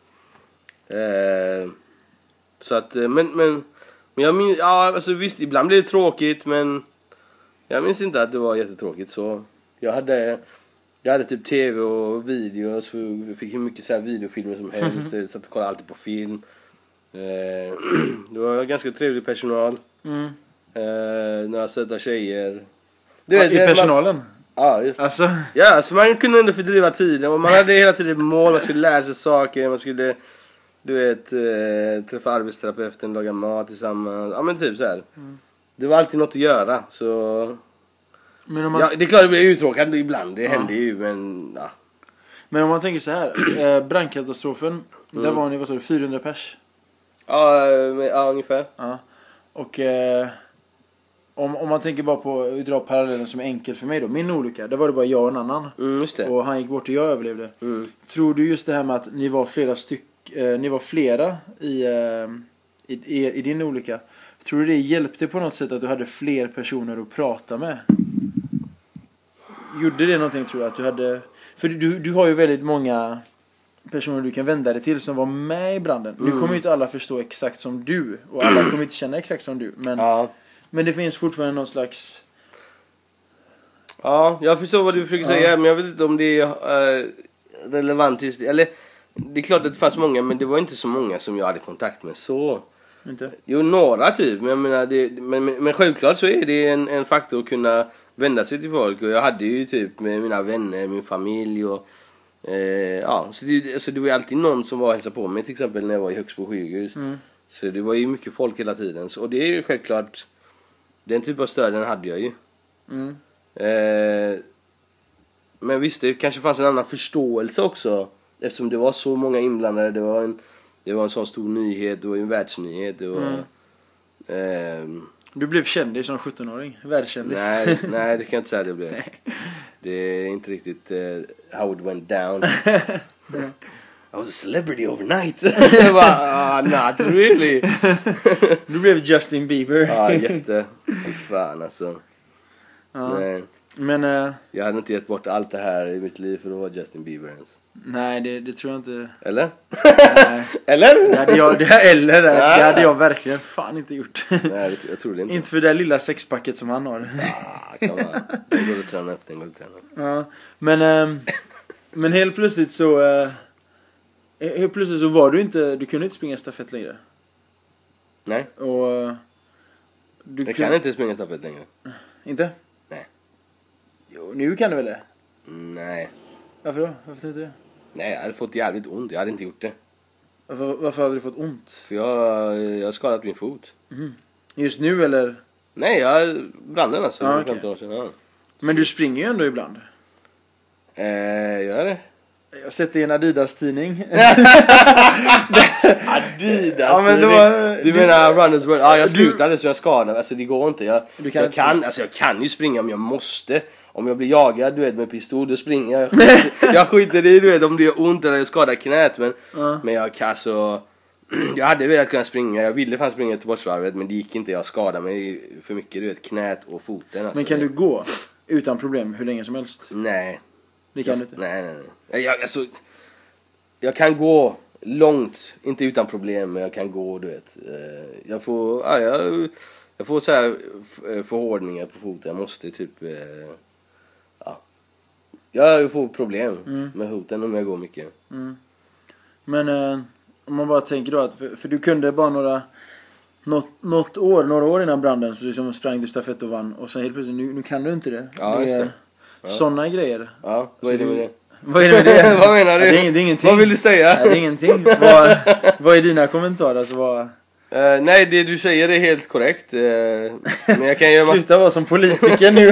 Eh, så att, men, men, men jag minns, ja alltså visst, ibland blev det tråkigt, men jag minns inte att det var jättetråkigt. Så jag hade, jag hade typ tv och video, så jag fick hur mycket så här videofilmer som helst. Jag satt och kollade alltid på film. Eh, det var ganska trevlig personal. Mm. Eh, några söta tjejer. Du vet, ja, i personalen? Man, ja, just alltså. Ja, så man kunde ändå fördriva tiden. Och man hade hela tiden mål, man skulle lära sig saker. Man skulle, du vet, eh, träffa arbetsterapeuten, laga mat tillsammans. Ja, men typ så här. Mm. Det var alltid något att göra. Så men om man... ja, det är klart det blir uttråkande ibland. Det ja. Hände ju, men ja. Men om man tänker så här, eh, brandkatastrofen, mm. där var ni, vad sa du, fyrahundra pers? Ja, ja, ungefär. Ja. Och eh, om, om man tänker bara på att dra parallellen som är enkel för mig då. Min olycka, där var det bara jag och en annan. Mm, just det. Och han gick bort och jag överlevde. Mm. Tror du just det här med att ni var flera styck, eh, ni var flera i, eh, i, i, i din olycka. Tror du det hjälpte på något sätt att du hade fler personer att prata med? Gjorde det någonting, tror du, att du hade... För du, du har ju väldigt många personer du kan vända dig till som var med i branden. Mm. Nu kommer ju inte alla förstå exakt som du. Och alla kommer inte känna exakt som du. Men, ja. men det finns fortfarande någon slags... Ja, jag förstår vad du försöker ja. säga. Men jag vet inte om det är äh, relevant just det. Eller, det är klart att det fanns många, men det var inte så många som jag hade kontakt med. Så... Inte? Jo, några typ. Men, jag menar, det, men, men, men självklart så är det en, en faktor att kunna vända sig till folk. Och jag hade ju typ med mina vänner, min familj och... Eh, ja, så det, alltså det var ju alltid någon som var och hälsade på mig, till exempel när jag var i Högsbo sjukhus. Mm. Så det var ju mycket folk hela tiden. Så, och det är ju självklart, den typ av stöden hade jag ju. Mm. Eh, men visst, det kanske fanns en annan förståelse också. Eftersom det var så många inblandade. Det var en, det var en sån stor nyhet. Det var ju en världsnyhet. Det var, mm. eh, du blev kändis som sjuttonåring, världskändis. Nej, nej, det kan jag inte säga det blev. Det är inte riktigt uh, how it went down. I was a celebrity overnight. Bara, uh, not really. Du blev Justin Bieber. Ja, jätte. Fan alltså. Ja. Nej. Men uh, jag hade inte gett bort allt det här i mitt liv för att vara Justin Bieber ens. Nej, det, det tror jag inte. Eller? Nej. Eller? Det hade jag, det, eller det, det hade jag verkligen fan inte gjort. Nej, jag tror det inte. Inte för det lilla sexpacket som han har. Ah, kan man. Den går att träna upp, den går att träna upp. Ja, men, ähm, men helt plötsligt så... Äh, helt plötsligt så var du inte... Du kunde inte springa stafett längre. Nej. Och... Äh, du jag kunde... kan inte springa stafett längre. Inte? Nej. Jo, nu kan du väl det? Nej. Varför då? Varför inte det? Nej, jag hade fått jävligt ont. Jag hade inte gjort det. Varför, varför hade du fått ont? För jag, jag har skadat min fot. Mm. Just nu eller? Nej, jag brann den alltså. Ah, okay. femton år sedan, ja. Men du springer ju ändå ibland. Eh, gör det? Jag har sett det i en Adidas-tidning. Adidas-tidning? Ja, men det var, du menar Runners World? Ja, jag slutade du, så jag skadade. Alltså det går inte. Jag, du kan, jag, kan, alltså, jag kan ju springa om jag måste. Om jag blir jagad, du vet, med pistol, då springer jag. Jag skiter i, du vet, om det gör ont eller jag skadar knät. Men, uh. men jag kan så... jag hade velat kunna springa. Jag ville fan springa Göteborgsvarvet, men det gick inte. Jag skadade mig för mycket, du vet, knät och foten. Alltså. Men kan du gå utan problem hur länge som helst? Nej. Det kan jag, du inte? Nej, nej, nej. Jag, alltså, jag kan gå långt, inte utan problem, men jag kan gå, du vet. Jag får, ja, jag, jag får så här förhårdningar på foten. Jag måste typ, ja. Jag får problem mm. med foten om jag går mycket. Mm. Men eh, om man bara tänker då att, för, för du kunde bara några något, något år, några år innan branden så liksom sprang du stafett och vann och sen helt plötsligt, nu, nu kan du inte det. Ja, det just det. Ja. Sådana grejer. Ja, vad är det med det? Vad är det med det? Vad menar du? Ja, det, är, det är ingenting. Vad vill du säga? Ja, det är ingenting. Vad, vad är dina kommentarer? Alltså, vad... Uh, nej, det du säger är helt korrekt. Uh, men jag kan göra mass- Sluta vara som politiker nu.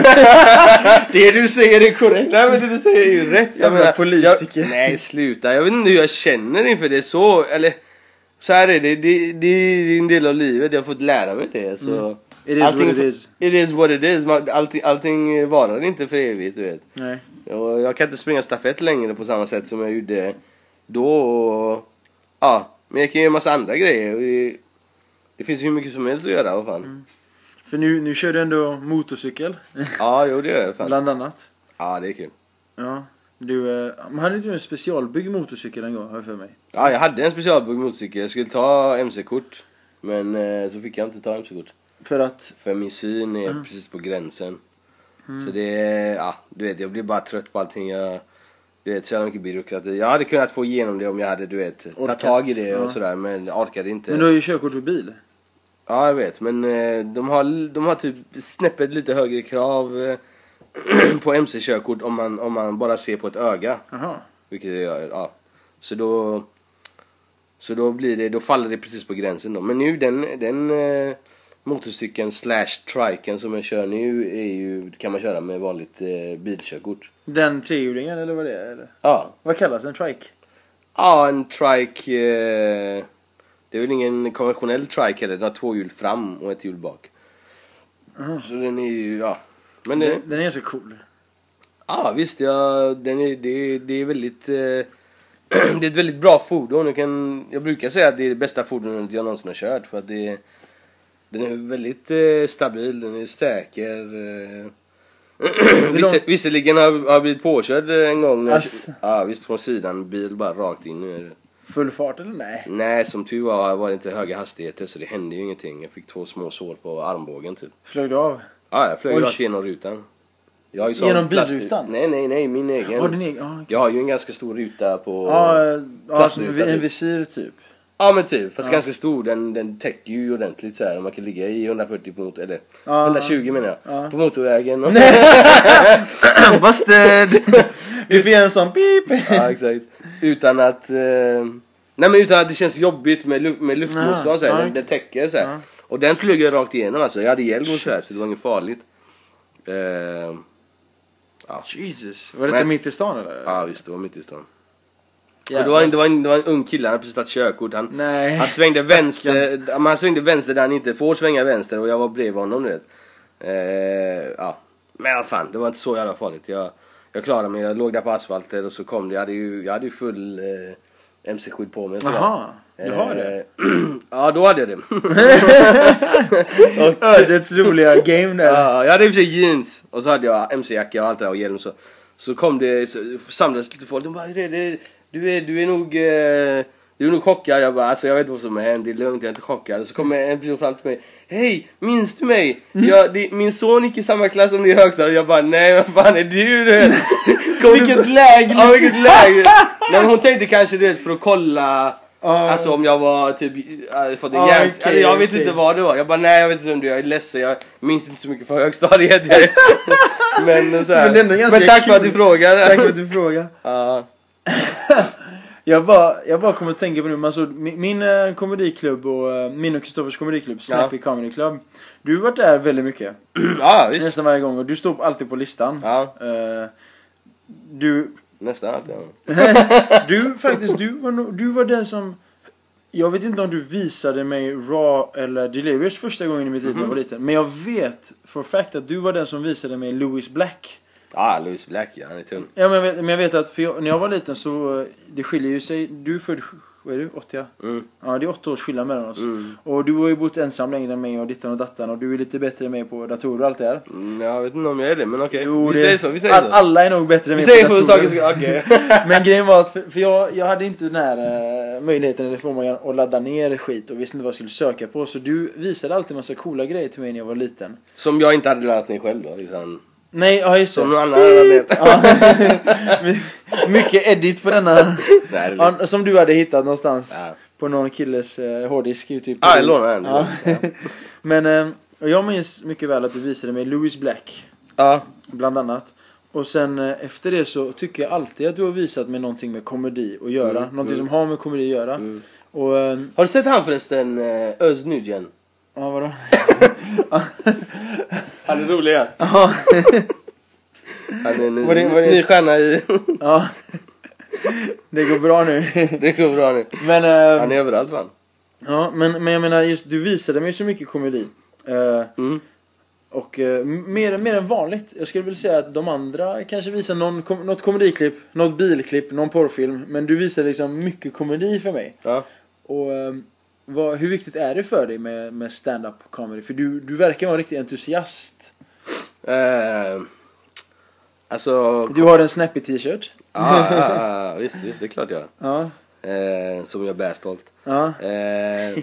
Det du säger är korrekt. Nej, men det du säger är ju rätt. Jag, jag menar politiker. Jag, nej, sluta. Jag vet inte hur jag känner inför det. Så, eller så här är det. Det, det är en del av livet. Jag har fått lära mig det. Så mm. It is allting, what it is. It is what it is. Allting, allting varar inte för evigt, du vet. Nej. Och jag kan inte springa stafett längre på samma sätt som jag gjorde då. Och, ja, men jag kan göra en massa andra grejer. Det, det finns hur mycket som helst att göra. Vad fan. Mm. För nu, nu kör du ändå motorcykel. Ja, jo, det gör jag. Fan. Bland annat. Ja, det är kul. Ja. Du, eh, man hade ju en specialbyggd motorcykel en gång, har jag för mig. Ja, jag hade en specialbyggd motorcykel. Jag skulle ta M C-kort. Men eh, så fick jag inte ta M C-kort. För att? För min syn är mm. precis på gränsen. Mm. Så det är, ja, du vet, jag blir bara trött på allting. Jag, du vet, så jävla mycket byråkrati. Jag hade kunnat få igenom det om jag hade, du vet, tagit tag i det och ja. sådär. Men jag orkade inte. Men du har ju körkort för bil. Ja, jag vet. Men eh, de, har, de har typ snäppet lite högre krav eh, på M C-körkort om man, om man bara ser på ett öga. Aha. Vilket det gör, ja. Så då, så då blir det, då faller det precis på gränsen då. Men nu den, den eh, motorcykeln slash triken som jag kör nu är ju, kan man köra med vanligt eh, bilkörkort. Den trehjulingen eller vad det är? Eller? Ja. Vad kallas den? Trike? Ja, en trike. Eh, det är väl ingen konventionell trike heller. Den har två hjul fram och ett hjul bak. Uh-huh. Så den är ju, ja. Men den, det, den är så cool. Ja, visst. Ja, den är, det, det är väldigt... Eh, det är ett väldigt bra fordon. Jag, kan, jag brukar säga att det är det bästa fordonet jag någonsin har kört. För att det, den är väldigt eh, stabil. Den är säker. Eh. Visse, visserligen har jag blivit påkörd en gång. När jag, ja, visst, från sidan. Bil bara rakt in. Full fart eller nej? Nej, som tur var var det inte höga hastigheter. Så det hände ju ingenting. Jag fick två små sår på armbågen typ. Flög du av? Ja, jag flög rakt genom rutan. Jag har ju genom bilrutan? Nej, nej, nej, min egen. Oh, din egen? Oh, okay. Jag har ju en ganska stor ruta på... Ja, alltså en visir typ. Ja, men typ. Fast ja. ganska stor. Den, den täcker ju ordentligt så här. Man kan ligga i hundrafyrtio på motor... Eller ja. hundratjugo menar jag. Ja. På motorvägen. Busted! Vi får en sån pip. Ja, exakt. Utan att... Eh... Nej, men utan att det känns jobbigt med, luft, med luftmotstånd. Ja. Den, den täcker så här. Ja. Och den flög jag rakt igenom. Alltså. Jag hade hjälm och så här. Så det var inget farligt. Eh... Ja. Jesus. Var det men, inte mitt i stan eller? Ja, visst, det var mitt i stan. Och det var en, det var en, det var en ung kille, han hade precis tagit körkort. Han, Nej, han svängde stackan. vänster, han svängde vänster där han inte får svänga vänster och jag var bredvid honom, du vet. Eh, ja. Men ja, fan, det var inte så jävla farligt. Jag, jag klarade mig, jag låg där på asfalten och så kom det, jag hade ju, jag hade ju full eh, M C-skydd på mig. Jaha, du har det? Ja, då hade jag det. Och ödets roliga game där. Ja, jag hade i och för sig jeans och så hade jag M C-jacka och allt det där och hjälm så. Så kom det, så samlades lite folk, de bara, det, det, du, är, du är nog... Eh, Du är nog chockad. Jag bara, alltså jag vet inte vad som händer. Det är lugnt, jag är inte chockad. Så kommer en person fram till mig. Hej, minns du mig? Mm. Jag, det, min son gick i samma klass som du i högstadiet. Jag bara, nej, vad fan är du? Vilket du... läge. Ja, vilket läge. Nej, men hon tänkte kanske det för att kolla... Uh. Alltså om jag var typ... Äh, fått en uh, hjärn... okay, alltså, jag vet okay. inte vad det var. Jag bara, nej, jag vet inte om du är. Jag är ledsen. Jag minns inte så mycket för högstadiet. men så här. Men, men tack för att du frågade. Tack för att du frågade. Ja. Jag bara, jag bara kommer att tänka på nu, alltså, min, min uh, komediklubb och uh, min och Kristoffers komediklubb, Snappy ja. Comedy Club. Du har varit där väldigt mycket. Ja, visst. Nästan varje gång och du står alltid på listan. Ja. Uh, du nästan alltid. Du faktiskt du var du var den som jag vet inte om du visade mig Raw eller Delirious första gången i mitt liv när jag var liten, men jag vet for fact att du var den som visade mig Louis Black Ah, Louis Black, ja, han är tung. Ja, men jag vet, men jag vet att för jag, när jag var liten så det skiljer ju sig. Du är född, vad är du? åttio? Mm. Ja, det är åtta års skillnad mellan oss. Mm. Och du har ju bott ensam längre än mig och dittan och dattan. Och du är lite bättre än mig på datorer och allt det här. Mm, jag vet inte om jag är det, men okej. Jo, Vi det- säger så, vi säger all, så. Alla är nog bättre än Vi mig säger på för datorer. saker, okej. Men grejen var att, för, för jag, jag hade inte den här uh, möjligheten eller förmågan att ladda ner skit och visste inte vad jag skulle söka på. Så du visade alltid en massa coola grejer till mig när jag var liten. Som jag inte hade lärt mig själv då, utan... Nej, ja just det. Som någon annan hade lärt. Ja. Mycket edit på denna. Nej, det är lugnt. Ja, som du hade hittat någonstans. Ja. På någon killes uh, hårddisk typ. Ja, jag lånade den. Ja. Ja. Men uh, och jag minns mycket väl att du visade mig Louis Black. Ja. Bland annat. Och sen uh, efter det så tycker jag alltid att du har visat mig någonting med komedi att göra. Mm, någonting mm. som har med komedi att göra. Mm. Och... Uh, Har du sett han förresten, uh, Öz Nugent? ja, vadå? Han är rolig, ja. Ja. Han är en ny, Var det- var det- ny stjärna i... Ja. Det går bra nu. Det går bra nu. Men... Uh, Han är överallt, va? ja, men, men jag menar just du visade mig så mycket komedi. Uh, Mm. Och uh, mer, mer än vanligt. Jag skulle vilja säga att de andra kanske visar någon, kom, något komediklipp, något bilklipp, någon porrfilm. Men du visade liksom mycket komedi för mig. Ja. Och uh, vad, hur viktigt är det för dig med, med stand-up comedy? För du, du verkar vara en riktig entusiast. Uh, alltså... Du har en snappy t-shirt. Ja, ja, ja, visst, visst, det är klart jag Ja. eh, som jag bär stolt. Ja. Eh,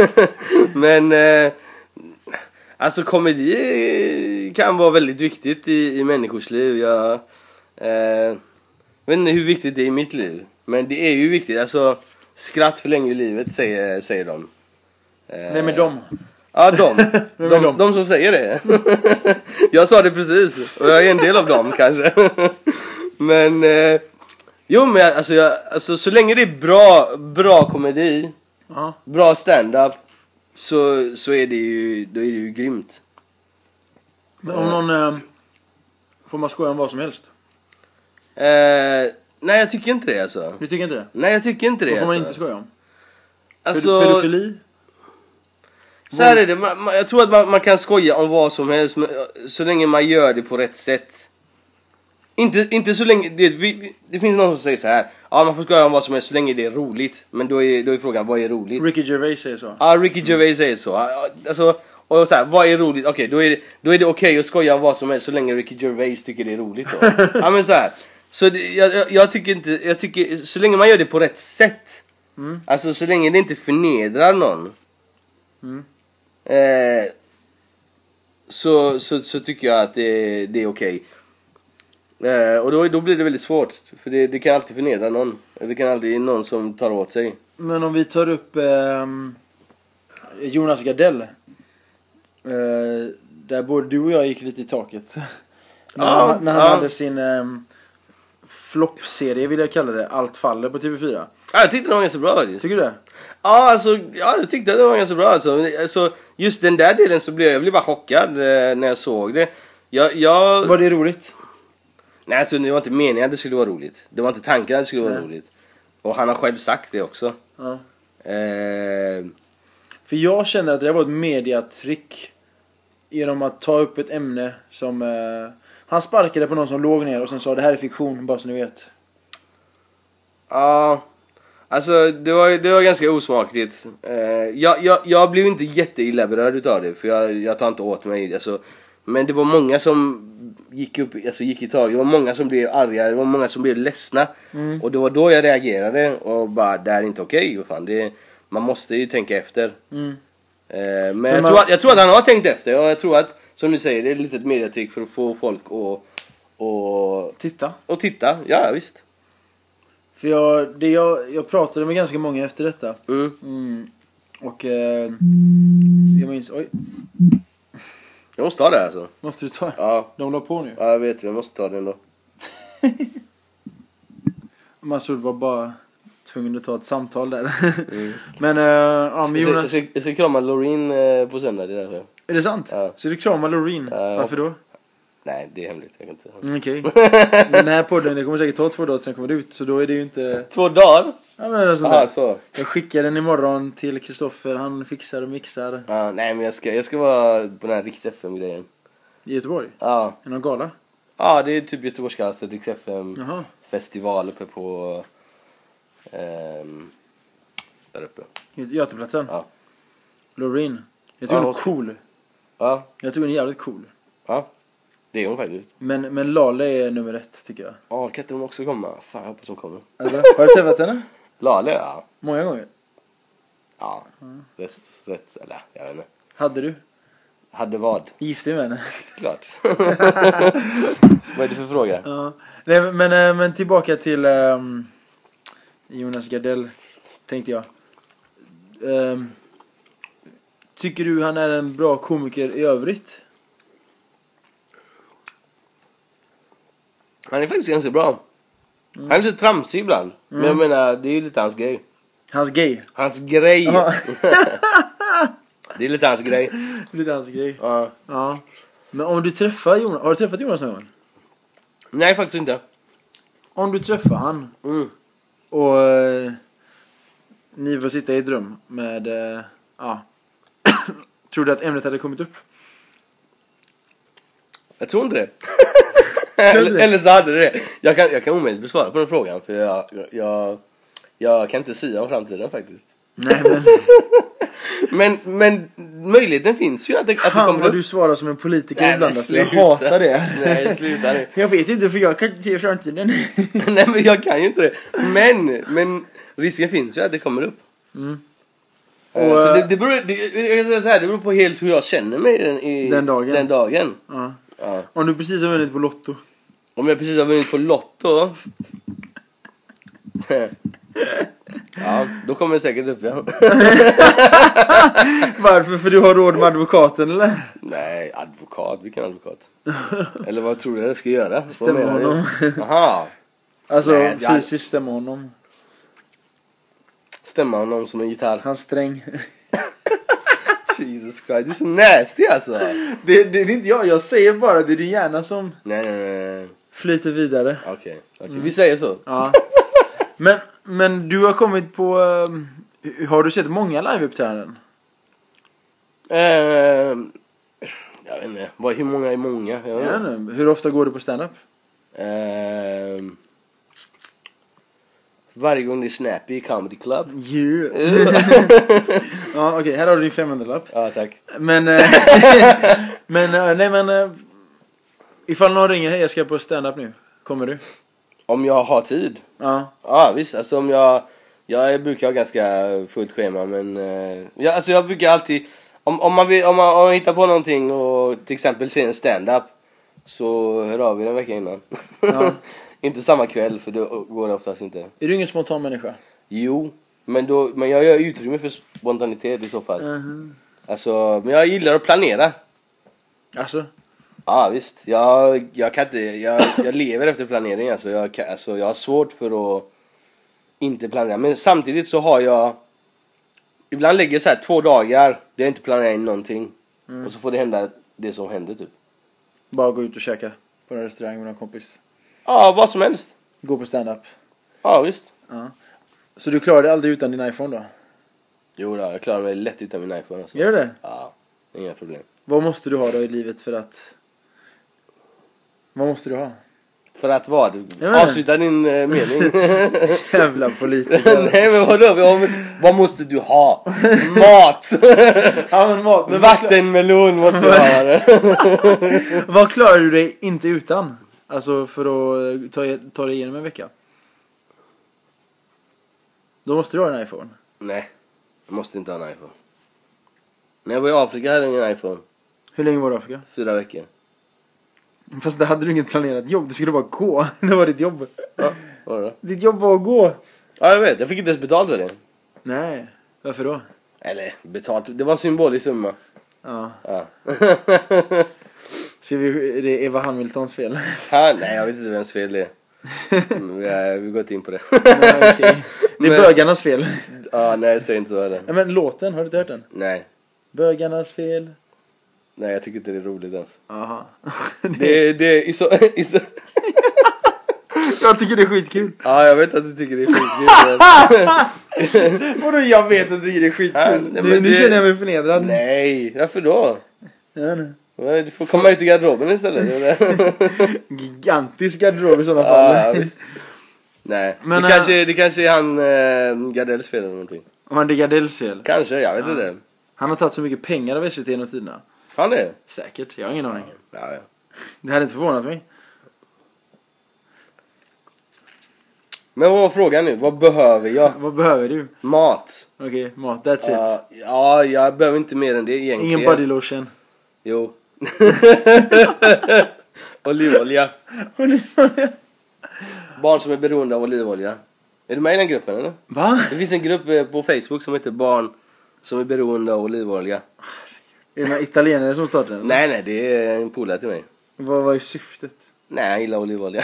men eh, alltså komedi kan vara väldigt viktigt i, i människors liv. Jag eh, vet inte hur viktigt det är i mitt liv, men det är ju viktigt. Alltså skratt förlänger livet, säger, säger de. Eh, Vem är de? Ja, de. Vem är de, de? de som säger det. Jag sa det precis. Och jag är en del av dem kanske. Men eh, jo, men alltså, jag, alltså så länge det är bra, bra komedi, Ja. bra stand-up, så, så är det ju, då är det ju grymt. Men om någon... Uh, får man skoja om vad som helst? Eh, nej, jag tycker inte det, alltså. Du tycker inte det? Nej, jag tycker inte det. Vad får man alltså. inte skoja om? Alltså, Pedofili? så här är det. Man, man, jag tror att man, man kan skoja om vad som helst, men, så länge man gör det på rätt sätt. Inte, inte så länge det, vi, det finns någon som säger så här: ja, man får skoja om vad som helst så länge det är roligt. Men då är, då är frågan, vad är roligt? Ricky Gervais säger så. Ja, Ricky Gervais säger så. Ja, alltså, och så här, vad är roligt? Okej, då är det, då är det okej att skoja om vad som helst så länge Ricky Gervais tycker det är roligt då. Ja, men så här. Så det, jag, jag, jag tycker inte, jag tycker så länge man gör det på rätt sätt. Mm. Alltså så länge det inte förnedrar någon. Mm. Eh, så, så, så tycker jag att det, det är okej. Eh, och då, då blir det väldigt svårt. För det, det kan alltid förnedra någon. Det kan alltid någon som tar åt sig. Men om vi tar upp ehm, Jonas Gardell. Eh, där både du och jag gick lite i taket. när Ja, han, när han ja. hade sin um, floppserie, vill jag kalla det. Allt faller på T V fyra. Ja, jag tyckte det var ganska bra faktiskt. Tycker du det? Ja, alltså, ja, jag tyckte det var ganska bra alltså. Alltså, just den där delen så blev jag blev bara chockad eh, när jag såg det. Jag, jag... Var det roligt? Nej, alltså, det var inte meningen att det skulle vara roligt. Det var inte tanken att det skulle vara Nej. roligt. Och han har själv sagt det också. Ja. Eh, För jag känner att det var ett mediatrick. Genom att ta upp ett ämne som... Eh, han sparkade på någon som låg ner och sen sa det här är fiktion, bara så ni vet. Ja, alltså det var, det var ganska osmakligt. Eh, jag, jag, jag blev inte jätteilla berörd utav det, för jag, jag tar inte åt mig. Alltså, men det var många som gick upp, alltså gick i tag. Det var många som blev arga, det var många som blev ledsna. Mm. Och det var då jag reagerade och bara, det här är inte okej. Okay, det, man måste ju tänka efter. Mm. Eh, men För jag, man- tror att, jag tror att han har tänkt efter. Och jag tror att, som du säger, det är ett litet mediatrick för att få folk att och, Titta. och titta. Ja, visst. För jag, det jag, jag pratade med ganska många efter detta. Mm. Mm. Och eh, jag minns, oj, Jag måste ta det alltså. måste du ta? Ja. De la på nu. Ja, jag vet, jag måste ta den då. Masud var bara tvungen att ta ett samtal där. Mm. Men, eh, ja, men Jag ska, jag, Jonas, ska, jag ska krama Loreen eh, på söndag, det är därför. är det sant? Ja. Så du kramar Loreen? Ja, Varför då? Nej, det är hemligt, jag kan inte. Mm, Okej. Den här podden, det kommer säkert ta två dagar sen kommer det ut. Så då är det ju inte... Två dagar? Ja, men alltså, Ja, så. jag skickar den imorgon till Kristoffer. Han fixar och mixar. Ja, nej, men jag ska, jag ska vara på den här Riks F M-grejen. I Göteborg? Ja. I någon gala? Ja, det är typ Göteborgskastet, Rix F M. Jaha. Festival uppe på... Ehm, där uppe. Göteplatsen? Ja. Loreen. Jag tycker Ja, hon är och- cool. Ja, Jag tycker hon är jävligt cool. ja. Det är hon faktiskt. Men, men Lale är nummer ett, tycker jag. Ja, kan inte de också komma? Fan, jag hoppas de kommer. Alltså, har du träffat henne? Lale, ja. Många gånger. Ja, rätt, rätt, eller jag vet inte. Hade du? Hade vad? Gift dig med henne? Klart. Vad är det för fråga? Ja. Nej, men, men, men tillbaka till um, Jonas Gardell, tänkte jag. Um, tycker du han är en bra komiker i övrigt? Han är faktiskt ganska bra. Han är lite tramsig ibland. Men jag menar, det är ju lite hans grej. Hans gay? Hans grej. Ja. Det är lite hans grej. Lite hans grej. Ja. Ja. Men om du träffar Jonas, har du träffat Jonas någon gång? Nej, faktiskt inte. Om du träffar han Mm. och eh, ni får sitta i ett rum med, eh, ja. Tror du att ämnet hade kommit upp? Jag tror inte det. eller, eller så hade det. Jag kan, jag kan omöjligt besvara på den frågan. För jag, jag, jag kan inte säga om framtiden faktiskt. Nej, men Men, men möjligheten finns ju att det, att det fan kommer vad upp. du svarar som en politiker Nej, ibland. men Alltså. Jag sluta. hatar det. Nej, sluta nu. Jag vet inte, för jag kan inte se framtiden. Nej, men jag kan ju inte det. Men, men risken finns ju att det kommer upp. Mm. Eh, Och, så det, det, beror, det, jag kan säga så här, det beror på helt hur jag känner mig den, i, Den dagen. Den dagen. Ja. Ja. Om du precis har vunnit på Lotto. Om jag precis har vunnit på Lotto. Ja, då kommer det säkert upp, ja. Varför? För du har råd med advokaten, eller? Nej, advokat, vilken advokat? Eller vad tror du jag ska göra? Vad Stämma menar du? honom. Aha, Alltså, Nej, jag- fysiskt stämma honom. stämma honom som en gitarr. Hans sträng. Jesus Christ, du är så nasty alltså. Det, det är inte jag, jag säger bara det är din hjärna som Nej, nej, nej, nej. flyter vidare. Okej, okej. Vi säger så. Ja. Men, men du har kommit på... ehm, har du sett många live-uppträdanden? Ehm, jag vet inte, vad, hur många är många? Jag vet Ja, inte. nu. Hur ofta går du på stand-up? Ehm, varje gång det är Snappy i Comedy Club. Yeah. Ja, okej, här har du din femhundralapp. Ja, tack. Men, eh, men, eh, nej men... eh, Ifall någon ringer, hej jag ska på stand-up nu. Kommer du? Om jag har tid. Ja. Ja, visst. Alltså om jag... Jag brukar ha ganska fullt schema, men... Eh, ja, alltså jag brukar alltid... Om, om, man vill, om, man, om man hittar på någonting och till exempel ser en stand-up, så hör av er en vecka innan. Ja. Inte samma kväll, för då går det oftast inte. Är du ingen spontan människa? Jo, men, då, men jag gör utrymme för spontanitet i så fall. Uh-huh. Alltså, men jag gillar att planera. Alltså? Ja, visst. Jag, jag kan inte... Jag, jag lever efter planering. Alltså jag, kan, alltså jag har svårt för att inte planera. Men samtidigt så har jag... Ibland lägger jag så här två dagar där jag inte planerar in någonting. Mm. Och så får det hända det som händer typ. Bara gå ut och käka på en restaurang med någon kompis. Ja, vad som helst. Gå på stand-up. Ja, visst. Ja. Så du klarar dig aldrig utan din iPhone då? Jo då, jag klarar mig lätt utan min iPhone. Alltså. Gör du det? Ja, inga problem. Vad måste du ha då i livet för att... Vad måste du ha? För att vad? Jag menar. Avsluta din eh, mening. Jävla politiker. Nej, men vadå? Vad måste, vad måste du ha? Mat! Ja, men mat. Men Vattenmelon måste du ha. Eller? vad klarar du dig inte utan? Alltså för att ta, ta dig igenom en vecka. Då måste du ha en iPhone. Nej, jag måste inte ha en iPhone. När jag var i Afrika hade jag ingen iPhone. Hur länge var du i Afrika? Fyra veckor. Fast där hade du inget planerat jobb. Du skulle bara gå. Det var ditt jobb. Ja, vad var det? Ditt jobb var att gå. Ja, jag vet. Jag fick inte ens betalt för det. Nej. Varför då? Eller betalt. Det var en symbolisk summa. Ja. Ja. Ska vi, är det Eva Hamiltons fel? Ha, nej, jag vet inte vems fel det är. Mm, Vi har, vi har gått in på det. Nej, okej. Det är Men- bögarnas fel. Ja, nej, säg inte så heller. Ja, men låten, har du inte hört den? Nej. Bögarnas fel. Nej, jag tycker inte det är roligt ens. Aha. Det, det är så, är så... Jag tycker det är skitkul. Ja, jag vet att du tycker det är skitkul. Vadå jag vet att du tycker det är Ja, skitkul? nej, nu men nu det- känner jag mig förnedrad. Nej, varför då? Ja, nej. Du får komma ut i garderoben istället. Gigantisk garderob i sådana fall. Ja, visst. Nej, men, det, äh, kanske, det kanske är han äh, Gardells fel eller någonting. Men det är Gardells fel. Kanske, jag vet ja. inte. Han har tagit så mycket pengar av S V T genom tiderna. Han är? Säkert, jag har ingen aning. Ja, ja. Det hade inte förvånat mig. Men vad var frågan nu? Vad behöver jag? Vad behöver du? Mat. Okej, okay, mat, that's uh, it. Ja, jag behöver inte mer än det egentligen. Ingen body lotion. Jo. Olivolja. Olivolja. Barn som är beroende av olivolja. Är du med i den gruppen eller? Va? Det finns en grupp på Facebook som heter Barn som är beroende av olivolja. Är det några italienare som startar den? Nej, nej, det är en polare till mig. Vad var är syftet? Nej, jag gillar olivolja.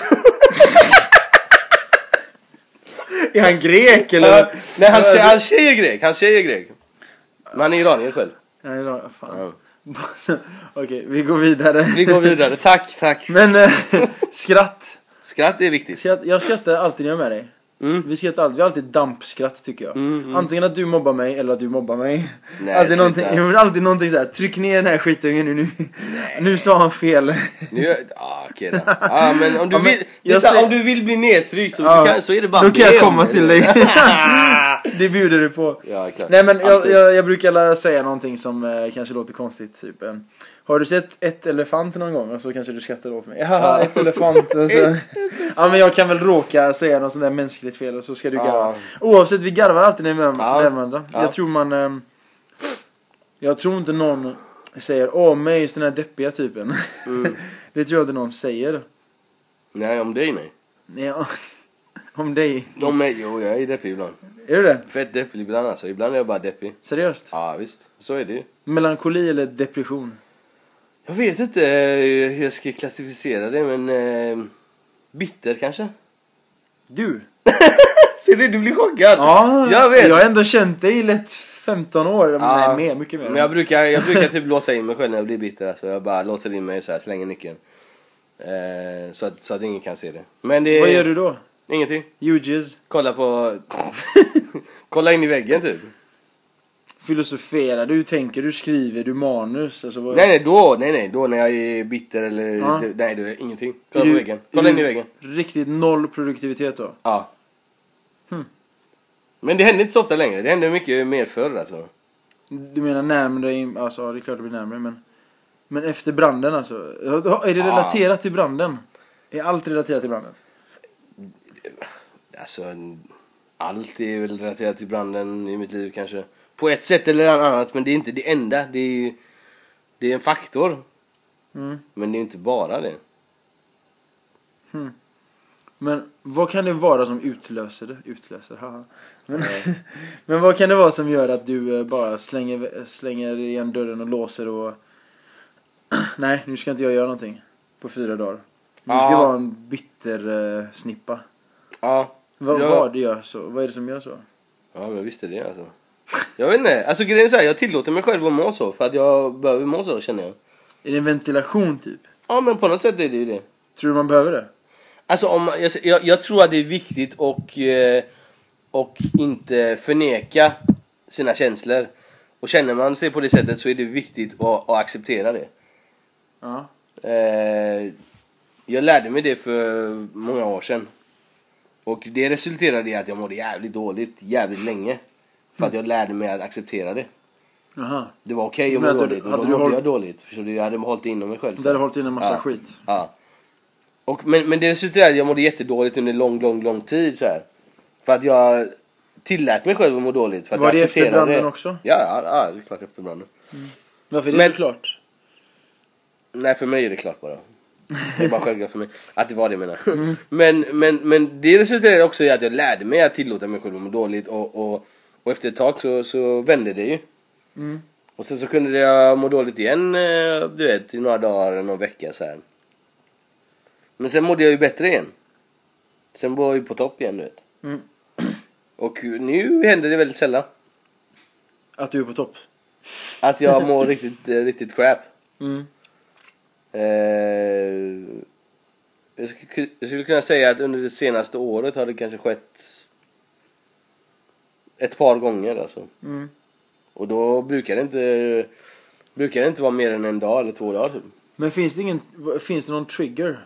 Är han grek eller? Uh, nej, han, tjej, han tjej är grek. Han tjej är grek. Men han är iranier själv. Ja, iran, fan. Ja. Okej, vi går vidare. Vi går vidare, tack, tack. Men äh, skratt. Skratt är viktigt. Skratt, jag skrattar alltid när jag är med dig. Mm. Vi skrattar alltid, vi har alltid dampskratt tycker jag. Mm, mm. Antingen att du mobbar mig eller att du mobbar mig. Nej, alltid, någonting, alltid någonting så här. Tryck ner den här skitungen nu. Nu, nu sa han fel. Nu, ah, okej då. Ah, men om du, ja, men, vill, det säger, om du vill bli nedtryckt så, ja, kan, så är det bara då kan jag komma med. till dig. Det bjuder du på. Ja, klart. Nej men jag, jag, jag brukar säga någonting som eh, kanske låter konstigt typ. Eh, har du sett ett elefant någon gång? Och så kanske du skrattar åt mig. Ja, ett elefant. Alltså. Ja, men jag kan väl råka säga något sånt där mänskligt fel och så ska du garva. Ja. Oavsett, vi garvar alltid när vi är med ja. varandra. Ja. Jag tror man... Eh, jag tror inte någon säger åh, mig är den här deppiga typen. Mm. Det tror jag inte någon säger. Nej, om dig nej. Nej, om dig. De är, jo, jag är deppig ibland. Är du det? Fett deppig ibland alltså. Ibland är jag bara deppig. Seriöst? Ja, visst. Så är det. Melankoli eller depression? Jag vet inte hur jag ska klassificera det, men eh, bitter kanske. Du? Ser du, du blir chockad. Ja, jag vet. Jag har ändå känt dig i lätt femton år. Ja, nej, mer, mycket mer. Men jag brukar, jag brukar typ låsa in mig själv när jag blir bitter. Alltså. Jag bara låser in mig så här, slänger nyckeln. Eh, så, att, så att ingen kan se det. Men det. Vad gör du då? Ingenting. You jizz. Kolla på... Kolla in i väggen typ. Filosofera, du tänker, du skriver, du manus alltså, vad... Nej nej då, nej nej då när jag är bitter eller ja. det, nej det är ingenting. Kolla är på du, väggen. Kolla in i väggen. Riktigt noll produktivitet då. Ja. Hmm. Men det händer inte så ofta längre. Det händer mycket mer förr alltså. Du menar närmare, alltså ja, det är klart det blir närmare men men efter branden alltså. Är det relaterat ja. till branden? Är allt relaterat till branden? Alltså allt är väl relaterat till branden i mitt liv kanske. På ett sätt eller annat, men det är inte det enda. Det är, det är en faktor. Mm. Men det är inte bara det. Hmm. Men vad kan det vara som utlöser det? Utlöser, haha. Men, mm. men vad kan det vara som gör att du bara slänger, slänger igen dörren och låser och... Nej, nu ska inte jag göra någonting på fyra dagar. Du ska ja. vara en bitter uh, snippa. Ja. Va, ja. Vad det gör så? Vad är det som gör så? Ja, men visst är det alltså. Jag vet inte, alltså grejen är så här, jag tillåter mig själv att må så för att jag behöver må så, känner jag. Är det en ventilation typ? Ja, men på något sätt är det ju det. Tror du man behöver det? Alltså om jag, jag, jag tror att det är viktigt och eh, och inte förneka sina känslor. Och känner man sig på det sättet så är det viktigt att, att acceptera det. Ja. Eh, jag lärde mig det för många år sedan. Och det resulterade i att jag mådde jävligt dåligt jävligt länge. För att jag lärde mig att acceptera det. Aha. Det var okej okay, att må dåligt. Och då mådde håll... jag dåligt. För jag hade hållit inom mig själv. Du hade hållit in en massa ja. skit. Ja. Och, men, men det resulterade i att jag mådde jättedåligt under lång, lång, lång tid. Så här. För att jag tillät mig själv att må dåligt. För att var jag det efter branden det. också? Ja, ja, ja, det är klart efter branden. Mm. Varför är det men, klart? Nej, för mig är det klart bara. Det är bara självklart för mig att det var det jag menar. Mm. Men, men, men det resulterade också i att jag lärde mig att tillåta mig själv att må dåligt. Och, och, och efter ett tag så, så vände det ju. Mm. Och sen så kunde jag må dåligt igen, du vet, i några dagar, någon vecka så här. Men sen mådde jag ju bättre igen. Sen var jag ju på topp igen, du vet. Mm. Och nu händer det väldigt sällan. Att du är på topp? Att jag mår riktigt, riktigt crap. Mm. Eh, jag, skulle, jag skulle kunna säga att under det senaste året har det kanske skett ett par gånger alltså. Mm. Och då brukar det inte Brukar det inte vara mer än en dag eller två dagar typ. Men finns det ingen, finns det någon trigger?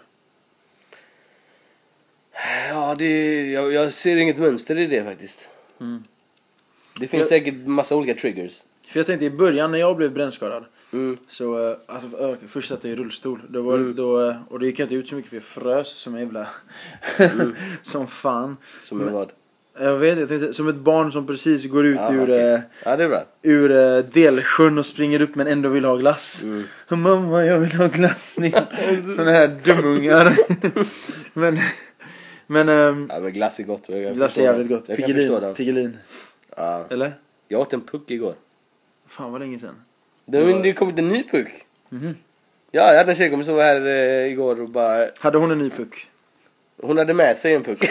Ja, det, jag, jag ser inget mönster i det faktiskt. Mm. Det finns jag, säkert massa olika triggers. För jag tänkte i början när jag blev brännskadad. Mm. Så, alltså, först satt jag i rullstol. Då var, Mm. då, och det gick inte ut så mycket för jag frös som en jävla... Mm. som fan. Som en vad? Jag vet inte, som ett barn som precis går ut ja, ur, okay. äh, ja, det är bra. ur äh, delsjön och springer upp men ändå vill ha glass. Mm. Mamma, jag vill ha glass. Såna här dumungar. men... Men, ähm, ja, men glass är gott. Jag glass är jävligt gott. Piggelin. Piggelin. Ja. Eller? Jag åt en puck igår. Fan vad länge sedan. Det, var... det kom en ny puck. Mm-hmm. Ja, jag hade en tjej som var här eh, igår och bara... Hade hon en ny puck? Hon hade med sig en puck.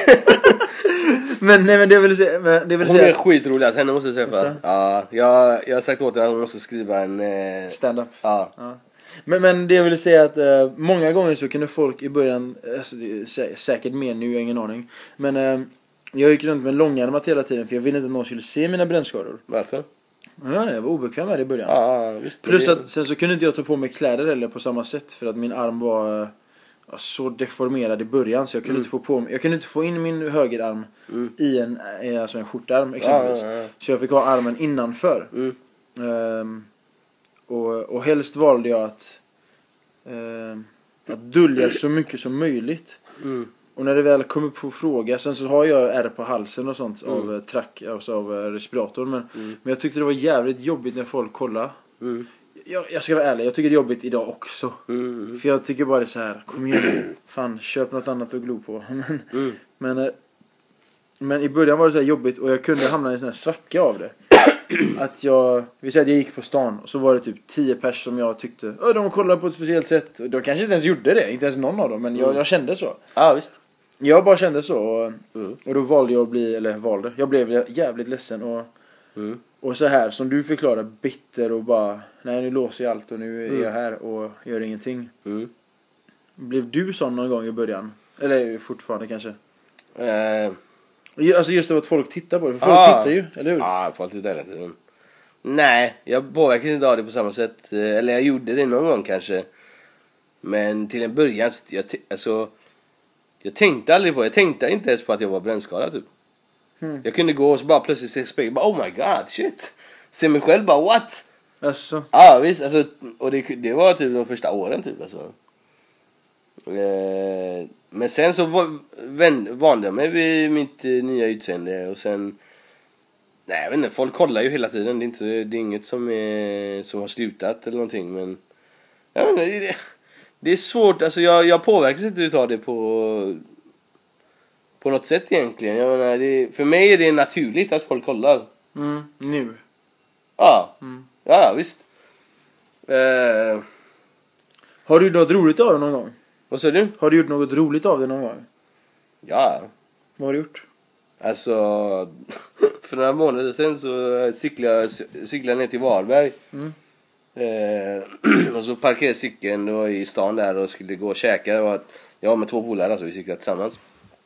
men nej men det vill säga... Men det vill hon säga... är skitrolig, alltså, henne måste jag träffa. Ja, jag, jag har sagt åt henne att hon måste skriva en... Eh... stand-up. Ja. ja. Men, men det vill säga att eh, många gånger så kunde folk i början, alltså, det är sä- säkert mer nu, jag har ingen aning. Men eh, jag gick runt med långärmat hela tiden för jag ville inte att någon skulle se mina brännskador. Varför? Ja, jag var obekväm med det i början. Ja, visst. Plus att sen så kunde inte jag ta på mig kläder heller på samma sätt för att min arm var eh, så deformerad i början så jag kunde Mm. inte få på mig, jag kunde inte få in min högerarm mm. i en, eh, alltså en skjortarm exempelvis. Ja, ja, ja. Så jag fick ha armen innanför. Mm. Um, och, och helst valde jag att um, att dölja så mycket som möjligt. Mm. Och när det väl kom upp på fråga, sen så har jag ärr på halsen och sånt Mm. av uh, track, alltså av uh, respiratorn. Men, Mm. men jag tyckte det var jävligt jobbigt när folk kollade. Mm. Jag, jag ska vara ärlig, jag tycker det är jobbigt idag också. Mm. För jag tycker bara det är så här, kom igen, fan, köp något annat att glo på. men, Mm. men, uh, men i början var det så här jobbigt och jag kunde hamna i en sån här svacka av det. Att jag, vi säger att jag gick på stan och så var det typ tio pers som jag tyckte, Åh, de kollar på ett speciellt sätt. De kanske inte ens gjorde det, inte ens någon av dem, men jag, jag kände så. Ja, visst. Jag bara kände så och, Mm. och då valde jag att bli, eller valde, jag blev jävligt ledsen och, Mm. och så här som du förklarar, bitter och bara, nej nu låser jag allt och nu är Mm. jag här och gör ingenting. Mm. Blev du sån någon gång i början? Eller fortfarande kanske? Eh. Alltså just det att folk tittar på det, för folk Ah. tittar ju, eller hur? Ja, folk tittar hela tiden. Nej, jag påverkade inte av det på samma sätt. Eller jag gjorde det någon gång kanske. Men till en början, så jag, alltså, jag tänkte aldrig på, jag tänkte inte ens på att jag var brännskadad typ. Mm. Jag kunde gå och så bara plötsligt se spegeln, bara oh my god, shit. Se mig själv, bara what? Alltså. Ja, visst, alltså, och det, det var typ de första åren typ alltså. Eh, men sen så var, vän, vande jag mig vid mitt eh, nya utseende och sen, nej jag vet inte, folk kollar ju hela tiden, det är, inte, det är inget som, är, som har slutat eller någonting, men jag vet inte, det, det är svårt, alltså jag, jag påverkas inte utav det på på något sätt egentligen. Jag menar, det, för mig är det naturligt att folk kollar. Mm, nu. Ja, Mm. ja visst. Eh, Har du något roligt av det någon gång? vad sa du? Har du gjort något roligt av det någon gång? Ja, Vad har du gjort? alltså för några månader sedan så cyklade jag cyklade ner till Varberg. Mm. Eh, och så parkerade jag cykeln då i stan där och skulle gå och käka. Det var, jag var med två polare, alltså vi cyklade tillsammans.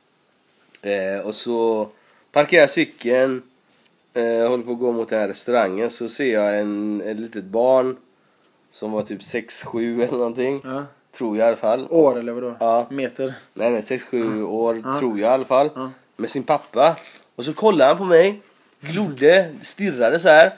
Eh, och så parkerar jag cykeln, eh, håller på att gå mot den här restaurangen, så ser jag en, ett litet barn som var typ sex sju eller någonting. Ja. Tror jag i alla fall. År eller vadå? Ja. Meter? Nej, nej, sex sju år Ja. tror jag i alla fall. Ja. Med sin pappa. Och så kollade han på mig, glodde, stirrade så här.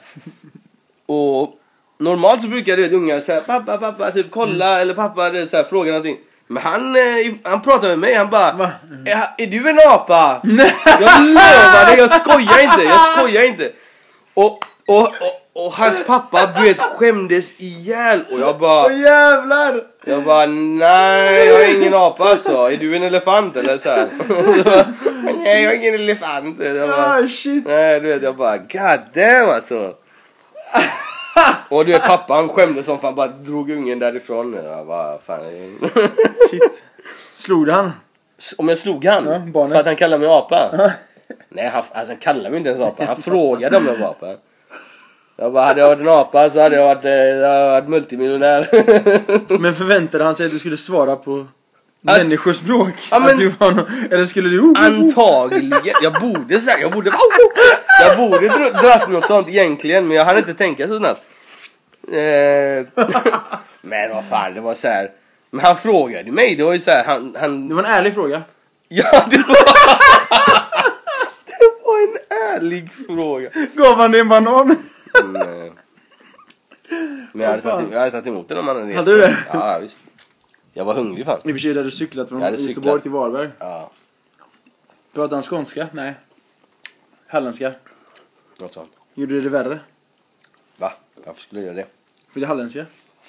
Och normalt så brukar det unga så här, pappa, pappa, typ kolla, mm. eller pappa, det, så här, fråga någonting. Men han, eh, han pratade med mig, han bara, mm. är, är du en apa? Jag lovar dig, jag skojar inte, jag skojar inte. Och, och, och, och hans pappa, du vet, skämdes ihjäl. Och jag bara, åh jävlar! jag bara, nej, jag är ingen apa alltså. Är du en elefant eller så här? Så bara, nej, jag är ingen elefant. Jag bara, Ah, shit. nej, du vet, jag bara, god damn alltså. Och du vet, pappa han skämdes som fan, bara drog ungen därifrån. Jag bara, fan. Shit. Slog du han? Om jag slog han? Ja, barnet. För att han kallade mig apa? Nej, han, alltså, han kallade mig inte ens apa. Han frågade om jag var apa. Jag bara, hade jag varit en apa så hade jag varit, jag hade varit multimiljonär. Men förväntade han sig att du skulle svara på Att- människospråk? Ja, men- Att du var no- eller skulle du... Oh, oh, oh. Antagligen. Jag borde säga, jag borde Jag borde dra- dratt något sånt egentligen, men jag hann inte tänka så snabbt. Eh, men vad fan, det var så här. Men han frågade mig, det var ju så här, han, han... Det var en ärlig fråga. Ja, det var... det var en ärlig fråga. Gav han dig en banan? Nej. Men jag hade, tagit, jag hade tagit emot den om man hade... Hade du det? Ja, visst. Jag var hungrig fan. I och för sig hade du cyklat från Göteborg cyklat. till Varberg. Ja. Pratade han skånska? Nej. Halländska? Något sånt. Gjorde det värre? Va? Varför skulle jag göra det? För det är halländska?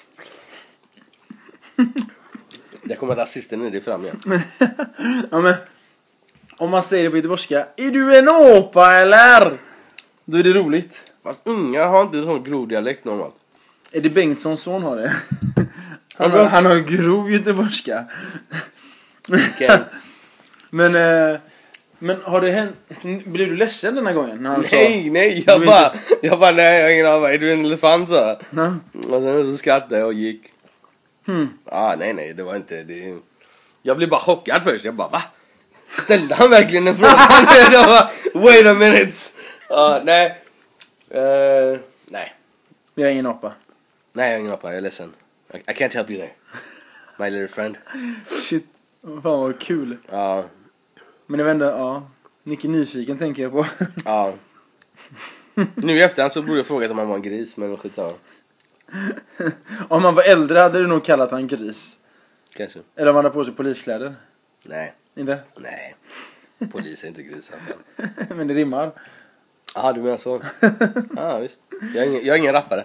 Där kommer rasisten i det fram igen. Ja men, om man säger det på göteborgska, är du en åpa eller? Då är det roligt. Fast unga har inte sån grov dialekt normalt. Eddie Bengtssons son har det. Han har, han har grov göteborgska. Okay. Men, eh, men har det hänt, blev du ledsen den här gången? När han Nej, sa, nej, jag bara, jag bara, nej, jag har ingen aning. Är du en elefant så? Ja. Och sen så skrattade jag och gick. Hmm. Ah, nej, nej, det var inte det. Jag blev bara chockad först. Jag bara, va? Ställde han verkligen en fråga? Jag bara, wait a minute. Ah, nej. Uh, nej. Jag är ingen apa. Nej, jag är ingen apa, jag är ledsen. I, I can't help you there. My little friend. Shit, fan vad kul. Ja. Uh, Men jag vet inte, ja. Nicke nyfiken tänker jag på. Ja. uh. Nu i efterhand så borde jag fråga om han var en gris, men skit ja. Om man var äldre hade du nog kallat han gris. Kanske. Eller om han hade på sig poliskläder. Nej. Inte? Nej. Polis är inte grisar. Men det rimmar. Ja, ah, du menar så. Ja, ah, visst. Jag är ingen, jag är ingen rappare.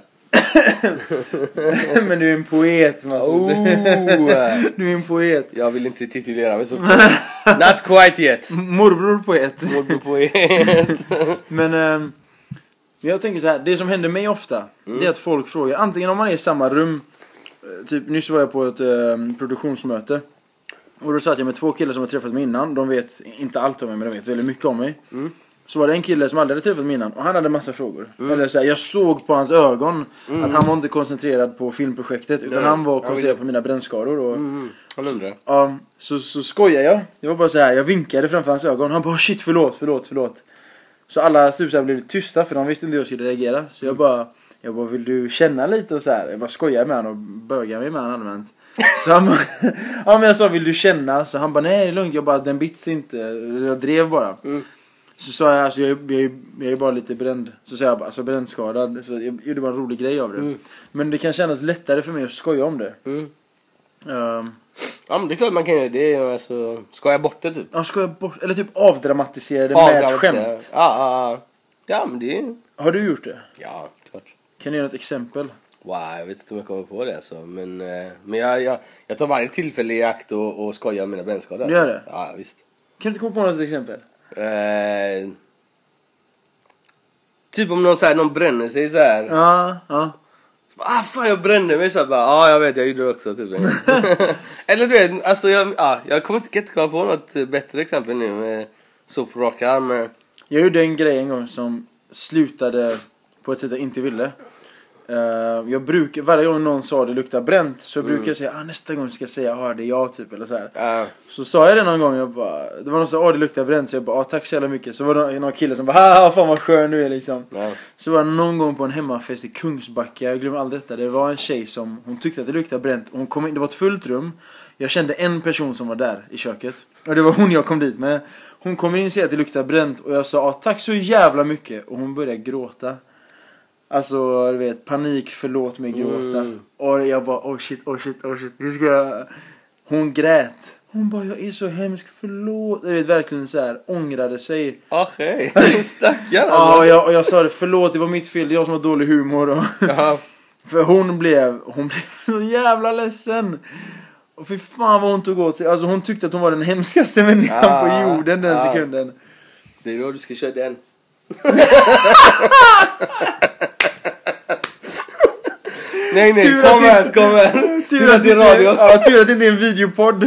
Men du är en poet, Masud. Oh. Du är en poet. Jag vill inte titulera mig så. Not quite yet. Morbror poet. Morbror poet. Men ähm, jag tänker så här, det som händer mig ofta, mm. det är att folk frågar, antingen om man är i samma rum, typ nyss var jag på ett ähm, produktionsmöte. Och då satt jag med två killar som har träffat mig innan. De vet inte allt om mig, men de vet väldigt mycket om mig. Mm. Så var det en kille som aldrig hade träffat mig innan. Och han hade massa frågor. Mm. Eller så här, jag såg på hans ögon mm. att han var inte koncentrerad på filmprojektet. Utan Nej. han var koncentrerad på mina brännskador. Och, mm. Han undrar. Ja, så, så skojar jag. Det var bara så här, jag vinkade framför hans ögon. Han bara, shit förlåt, förlåt, förlåt. Så alla typ så här blev tysta, för de visste inte hur jag skulle reagera. Så jag bara, jag bara, vill du känna lite och så här. Jag bara skojar med honom och bögar mig med honom allmänt. Så han bara, ja men jag sa, vill du känna? Så han bara, nej det är lugnt, jag bara, den bits inte. Jag drev bara. Mm. Så sa jag, alltså, jag, jag, jag är bara lite bränd. Så sa jag bara, alltså brännskadad. Så jag gjorde bara en rolig grej av det. Mm. Men det kan kännas lättare för mig att skoja om det. Mm. Um, ja men det är klart man kan göra det. Alltså, skoja bort det typ. Ja, skoja bort. Eller typ avdramatisera det med ett skämt. Ja, ja, ja men det är... Har du gjort det? Ja, klart. Kan du göra ett exempel? Wow, jag vet inte om jag kommer på det alltså. Men, men jag, jag, jag tar varje tillfälle i akt och, och skojar om mina brännskador. Du gör det? Ja, visst. Kan du inte komma på något exempel? Eh, typ om någon, så här, någon bränner sig så här. Ja, ja. Så, ah fan jag brände mig så här, bara, ja jag vet jag gjorde det också typ. Eller du vet, alltså jag, ja, jag kommer inte komma på något bättre exempel nu med soprockar, men jag gjorde en grej en gång som slutade på ett sätt jag inte ville. Uh, jag brukar, varje gång någon sa det luktar bränt, så mm. brukar jag säga, ah, nästa gång ska jag säga, ah, det är jag typ, eller så här. Uh. Så sa jag det någon gång, jag bara, det var någon som sa, ah, det luktar bränt, så jag bara, ah, tack så jävla mycket. Så var det någon kille som bara, haha, fan vad skön du är liksom. Uh. Så var det någon gång på en hemmafest i Kungsbacka, jag glömmer aldrig detta, det var en tjej som, hon tyckte att det luktade bränt. Hon kom in, det var ett fullt rum, jag kände en person som var där i köket, och det var hon jag kom dit med. Hon kom in och sa att det luktade bränt, och jag sa, ah, tack så jävla mycket. Och hon började gråta. Alltså, du vet, panik, förlåt mig, gråta. Mm. Och jag bara, oh shit, oh shit, oh shit. Hur ska jag... Hon grät. Hon bara, jag är så hemsk, förlåt. Jag vet, verkligen så här, ångrade sig. Okej, stackare. Ja, och jag, och jag sa det, förlåt, det var mitt fel. Det är jag som har dålig humor. Och för hon blev, hon blev så jävla ledsen. Och för fan vad hon tog åt sig. Alltså hon tyckte att hon var den hemskaste människan ah, på jorden den ah. sekunden. Det är då du ska köra den. Nej, nej, tur kom här, kom här. Tur att det är radio. Ja, tur att det inte är en videopodd.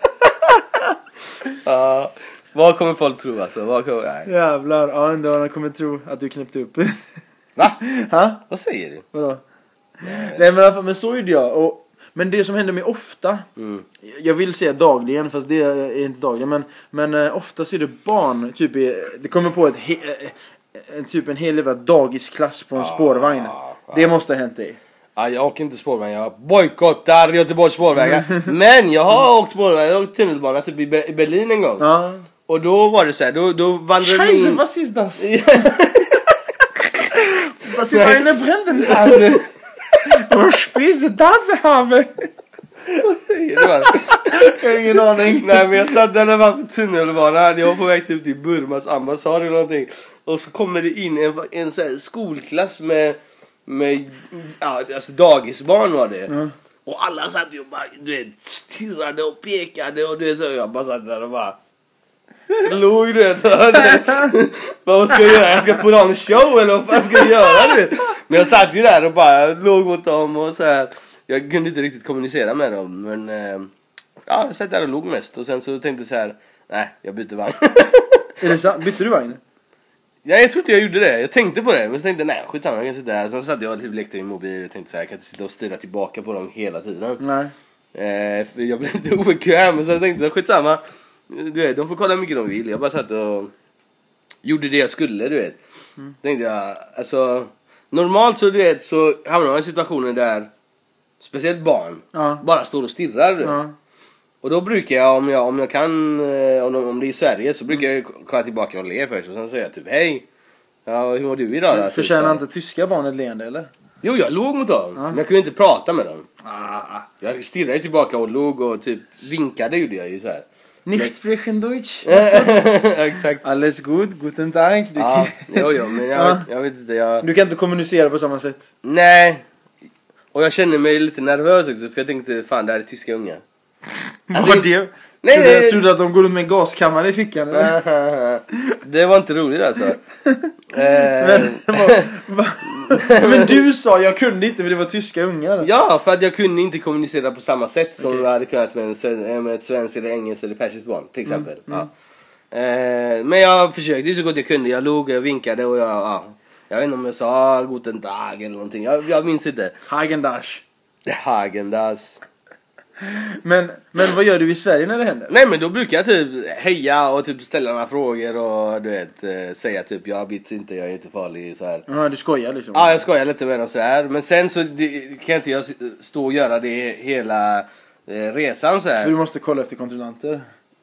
Ja, uh, vad kommer folk tro alltså? Vad kommer, nej. Jävlar, ja, ändå de kommer tro att du knäppte upp. Va? Ha? Vad säger du? Vadå? Nej, nej men i alla fall, men så gjorde jag. Och, men det som händer mig ofta, mm. jag vill säga dagligen, fast det är inte dagligen, men, men äh, ofta ser det barn, typ i, det kommer på ett he, äh, typ en hel jävla dagisklass på en ah, spårvagn. Ah. Det måste ha hänt dig. Ja, jag åker inte spårväg. Jag bojkottar Göteborgs spårvägar. Men jag har åkt spårväg. Jag har åkt tunnelbana typ i, Be- i Berlin en gång. Ja. Och då var det så här, då, då vandrade vi Scheiße, in... was ist das? Was ist eine Brennennase? Och spise das habe. Vad säger du bara? Jag har ingen aning. Nej, men jag satt där när jag var på tunnelbanan. Jag var på väg typ till Burmas ambassad eller någonting. Och så kommer det in en, en så här skolklass med, med ja, alltså dagisbarn var det. Mm. Och alla satt ju och bara, du vet, stirrade och pekade. Och du vet, så jag bara satt där och bara låg, du vet. Vad ska jag göra? Jag ska på en show eller vad fan ska jag göra? Du vet? Men jag satt ju där och bara låg mot dem och så här. Jag kunde inte riktigt kommunicera med dem. Men eh, ja, jag satt där och låg mest. Och sen så tänkte jag så här, nej, jag byter vagn. Är det sant? Bytte du vagn? Ja, jag tror inte jag gjorde det. Jag tänkte på det. Men så tänkte jag, nej, skitsamma, jag kan sitta där. Sen satt jag och typ lekte i mobil. Jag tänkte så här, jag kan inte sitta och styra tillbaka på dem hela tiden. Nej. Eh, för jag blev lite obekväm. Och så tänkte jag, skitsamma. Du vet, de får kolla hur mycket de vill. Jag bara satt och gjorde det jag skulle, du vet. Mm. Tänkte jag, alltså normalt så, du vet, så hamnar man i situationer där speciellt barn ja. bara står och stirrar. Ja. Och då brukar jag, om jag, om jag kan, om, om det är i Sverige, så brukar jag komma tillbaka och le först. Och sen säger jag typ, hej, ja, hur mår du idag? För, förtjänar inte tyska barnet leende, eller? Jo, jag låg mot dem. Ja. Men jag kunde inte prata med dem. Ah. Jag stirrade tillbaka och låg och typ vinkade, gjorde jag ju så här. Nicht sprechen Deutsch. Exakt. Alles gut, guten Tag. Du, ja, jo, jo, men jag, ja. vet, jag vet inte. Jag... Du kan inte kommunicera på samma sätt. Nej. Och jag känner mig lite nervös också. För jag tänkte, fan, det här är tyska unga. Alltså, vad det? Nej, trodde, nej. Jag trodde att de går runt med en gaskammare i fickan, eller? Det var inte roligt alltså. men, va, va, men du sa, jag kunde inte för det var tyska ungar. Ja, för att jag kunde inte kommunicera på samma sätt som okay. jag hade kunnat med, en, med ett svenskt eller engelskt eller persiskt barn, till exempel. Mm, mm. Ja. Eh, men jag försökte så gott jag kunde. Jag låg, jag vinkade och jag... Ja, jag vet inte om jag sa guten dag eller någonting. Jag, jag minns inte. Hagendash. Hagendash. Men, men vad gör du i Sverige när det händer? Nej, men då brukar jag typ heja och typ ställa några frågor och du vet, eh, säga typ jag bits inte, jag är inte farlig så här. Ja, du skojar liksom. Ja, jag skojar lite med dem så här. Men sen så det, kan inte jag stå och göra det hela eh, resan så här. För du måste kolla efter kontrollanter.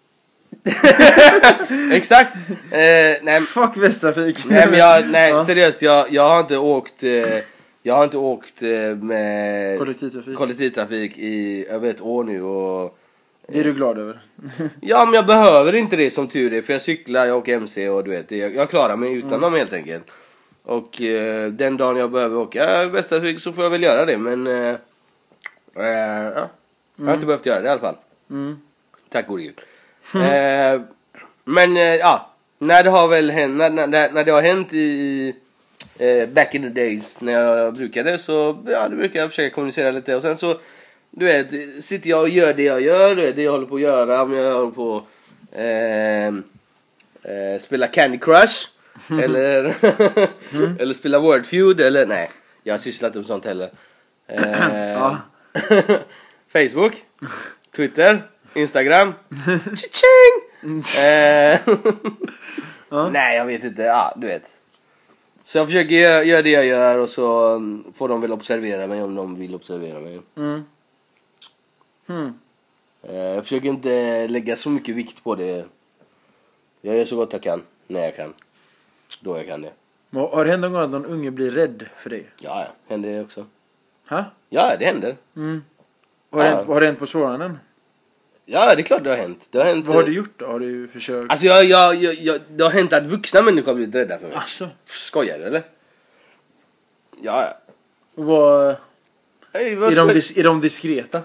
Exakt. Eh, nej, fuck Västtrafik. Nej, men jag, nej ja. seriöst, jag, jag har inte åkt... Eh, Jag har inte åkt med kollektivtrafik. kollektivtrafik i över ett år nu och... Det är du glad över? Ja, men jag behöver inte det som tur är. För jag cyklar, jag åker M C och du vet, jag, jag klarar mig utan mm. dem helt enkelt. Och eh, den dagen jag behöver åka Västtrafik så får jag väl göra det. Men eh, eh, ja, jag har mm. inte behövt göra det i alla fall. Mm. Tack gode Gud. eh, men eh, ja, när det har väl hänt, när, när, när det har hänt i... back in the days när jag brukade så ja, då brukar jag försöka kommunicera lite och sen så du vet, sitter jag och gör det jag gör, du vet, det jag håller på att göra, om jag håller på eh, eh, spela Candy Crush eller mm. eller spela Word Feud eller nej, jag sysslar inte med sånt heller. Eh, ja. Facebook, Twitter, Instagram. Ching! eh, ja. Nej, jag vet inte. Ja, du vet. Så jag försöker göra, göra det jag gör och så får de väl observera mig om de vill observera mig. Mm. Hmm. Jag försöker inte lägga så mycket vikt på det. Jag gör så gott jag kan, när jag kan. Då jag kan det. Men har det hänt någon gång att någon unge blir rädd för dig? Ja, ja, händer det också. Ha? Ja, det händer. Mm. Har, ja. det hänt, har det hänt på Svåranen? Ja, det är klart det har hänt. Det har hänt. Vad har du gjort då? Har du försökt? Alltså jag, jag, jag, jag, det har hänt att vuxna människor har blivit rädda för mig. Alltså. Skojar du eller? Ja, ja. Vad... Hey, vad är, de dis- är de diskreta?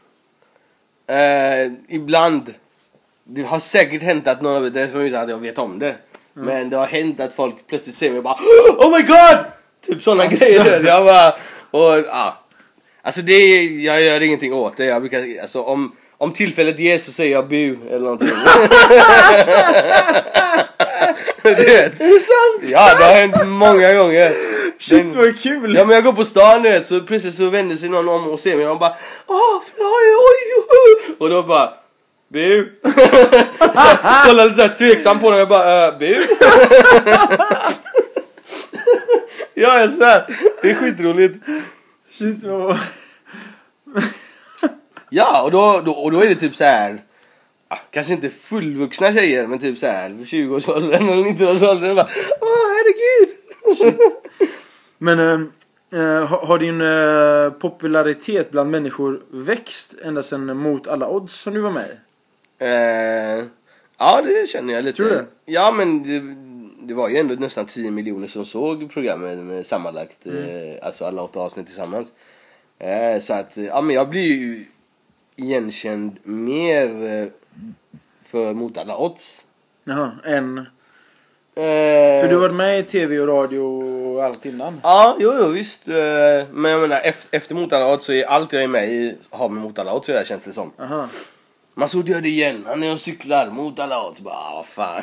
Eh, ibland. Det har säkert hänt att någon har blivit rädd att jag vet om det. Mm. Men det har hänt att folk plötsligt ser mig och bara oh my god! Typ sådana alltså. grejer. Jag bara... Och, ja. Alltså det är, jag gör ingenting åt det. Jag brukar, alltså om... Om tillfället ges så säger jag bu eller någonting. Du vet. Är det sant? Ja, det har hänt många gånger. Shit, men, vad kul. Ja, men jag går på stan, du vet, så precis så vänder sig någon om och ser mig och de bara åh, oj, oj, oj. Och då bara bu. Kolla lite så här tveksam på dem. Jag bara uh, bu. Ja, jag svär. Det är skitroligt. Shit, vad... Ja, och då, då, och då är det typ så här. Ah, kanske inte fullvuxna tjejer, men typ så här tjugo-årsåldern eller nitton-årsåldern. Bara, åh, herregud! Men äh, har, har din äh, popularitet bland människor växt ända sedan Mot alla odds som du var med i? Eh, ja, det känner jag lite. Tror du? Ja, men det, det var ju ändå nästan tio miljoner som såg programmet med sammanlagt. Mm. Eh, alltså alla åtta avsnitt tillsammans. Eh, så att, ja, men jag blir ju igenkänd mer eh, för Mot alla odds. Jaha, än... Eh, För du har varit med i tv och radio och allt innan? Ja, jo, jo visst. Eh, men jag menar, efter, efter Mot alla odds så är allt jag är med i har med Mot alla odds så där känns det som. Aha. Massoud gör det igen, han är och cyklar mot alla odds. Bara, ah, vad fan.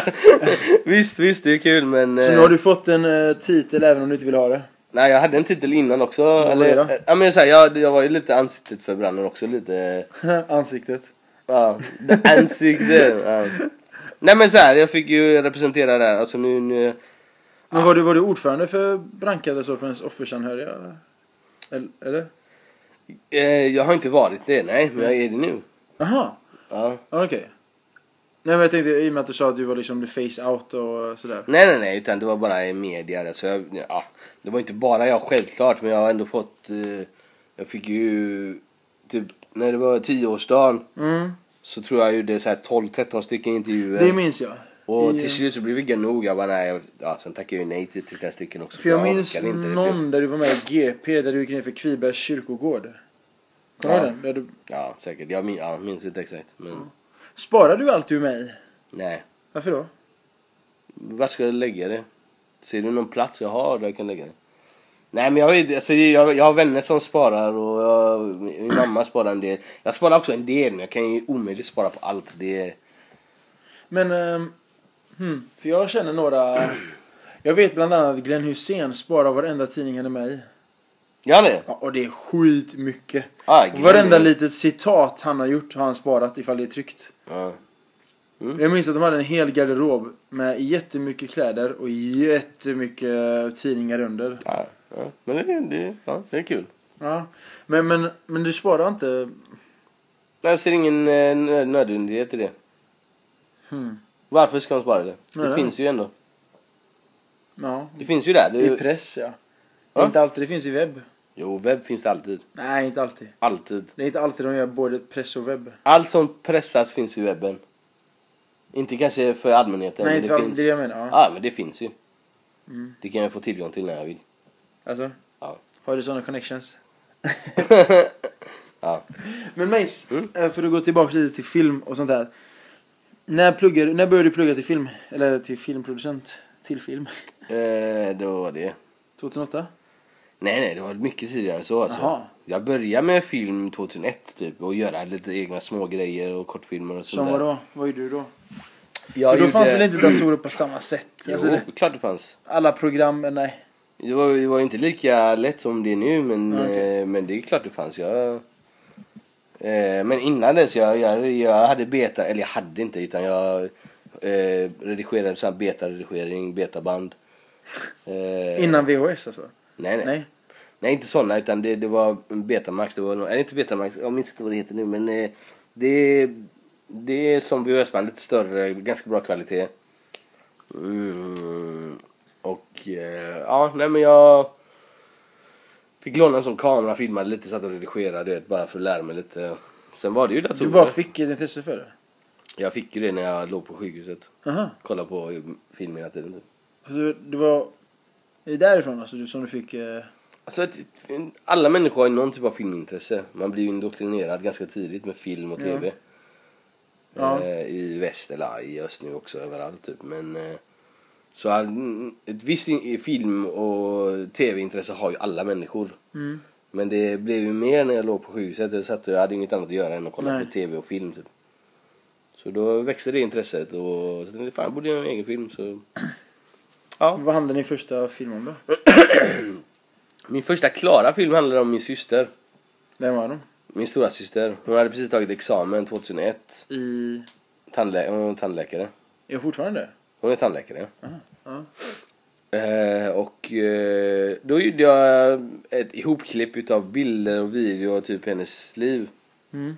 Visst, visst, det är kul, men... Så nu har du fått en uh, titel även om du inte vill ha det? Nej, jag hade en titel innan också. Vad eller, var det då? Ja, men så här, jag, jag var ju lite ansiktet för branden också, lite... Ansiktet. Ja, det ansiktet. Ja. Nej, men så här, jag fick ju representera där. Alltså nu... nu men var du, var du ordförande för Brankade så för ens offersanhöriga? Eller? eller? eh, jag har inte varit det, nej, men jag är det nu. Aha. Ja. Okej. Okay. Nej, men jag tänkte i och med att du sa att du var liksom the face out och sådär. Nej, nej, nej, utan det var bara i media. Alltså jag, ja, det var inte bara jag självklart, men jag har ändå fått... Eh, jag fick ju... Typ, när det var tioårsdagen mm. så tror jag ju det är så här tolv tretton stycken intervjuer. Det minns jag. Och I, till slut så blev det nog. Jag bara, nej, ja, sen tackade jag ju nej till flera stycken också. För jag, jag minns inte någon där du var med i G P där du gick ner för Kvibergs kyrkogård. Kommer ja. du den? Där du... Ja, säkert. Jag min, ja, minns inte exakt. Men... Mm. Sparar du allt du är med i? Nej. Varför då? Var ska jag lägga det? Ser du någon plats jag har där jag kan lägga det? Nej, men jag har, alltså, jag, jag har vänner som sparar och jag, min mamma sparar en del. Jag sparar också en del, men jag kan ju omöjligt spara på allt. Det... Men, um, hmm, för jag känner några... Jag vet bland annat att Glenn Hussein sparar varenda tidning han är med i. Ja, det? Ja, och det är skit mycket. Ah, varenda litet citat han har gjort har han sparat ifall det är tryckt. Ja. Mm. Jag minns att de hade en hel garderob med jättemycket kläder och jättemycket tidningar under. Ja, ja. Men det, det, ja, det är kul. Ja. Men, men, men du sparar inte... Jag ser ingen eh, nödvändighet i det. Hmm. Varför ska man spara det? Nej, det finns ju ändå. Ja. Det finns ju där. Det I är... press, ja. Det Ja? är inte alltid det finns i webb. Jo, webb finns det alltid. Nej, inte alltid. Alltid. Det är inte alltid de gör både press och webb. Allt som pressas finns i webben. Inte kanske för allmänheten. Nej, men inte det för finns. det jag menar. Ja. Ja, men det finns ju. Mm. Det kan jag få tillgång till när jag vill. Alltså? Ja. Har du sådana connections? Ja. Men Mace, Mm. för att gå tillbaka lite till film och sånt där. När, pluggar, när började du plugga till film? Eller till filmproducent? Till film? Eh, då var det. tjugohundraåtta? Nej, nej, det var mycket tidigare så alltså. Jaha. Jag började med film tjugohundraett typ. Och göra lite egna små grejer och kortfilmer och sånt Som där. vadå? Vad gjorde du då? Jag För då gjorde... fanns väl inte datorer på samma sätt? Jo, Alltså det, klart det fanns. alla program, men nej. Det var, det var inte lika lätt som det är nu, men, Ja, okej. eh, men det är klart det fanns. Jag, eh, men innan dess, jag, jag, jag hade beta, eller jag hade inte, utan jag eh, redigerade sån här beta-redigering, betaband. Eh, Innan V H S alltså? nej, nej. Nej. Nej, inte sådana, utan det, det var Betamax. Det var, eller inte Betamax, jag minns inte vad det heter nu, men eh, det, det är som V H S-band, lite större, ganska bra kvalitet. Mm. Och eh, ja, nej men jag fick låna en sån kamera, filmade lite, satt och redigerade det bara för att lära mig lite. Sen var det ju datorer. Du bara fick ett intresse för det? Jag fick ju det när jag låg på sjukhuset. Aha. Kolla på filmer hela tiden. Så det var... Det är därifrån alltså, du, som du fick... Eh... Alltså, att, alla människor har ju någon typ av filmintresse. Man blir ju indoktrinerad ganska tidigt med film och tv. Ja. Eh, I väst eller i öst nu också, överallt typ. Men eh, så ett visst film- och tv-intresse har ju alla människor. Mm. Men det blev ju mer när jag låg på sjukhuset. Jag, satt, jag hade inget annat att göra än att kolla Nej. på tv och film typ. Så då växte det intresset och så fan, jag borde göra en egen film så... Ja. Vad handlade din första film om då? Min första klara film handlade om min syster. Vem var de? Min stora syster. Hon hade precis tagit examen tjugohundraett. I... Tandlä- hon är tandläkare. Är jag fortfarande det? Hon är tandläkare. Aha. Ja. Eh, och eh, då gjorde jag ett ihopklipp utav bilder och video och typ hennes liv. Mm.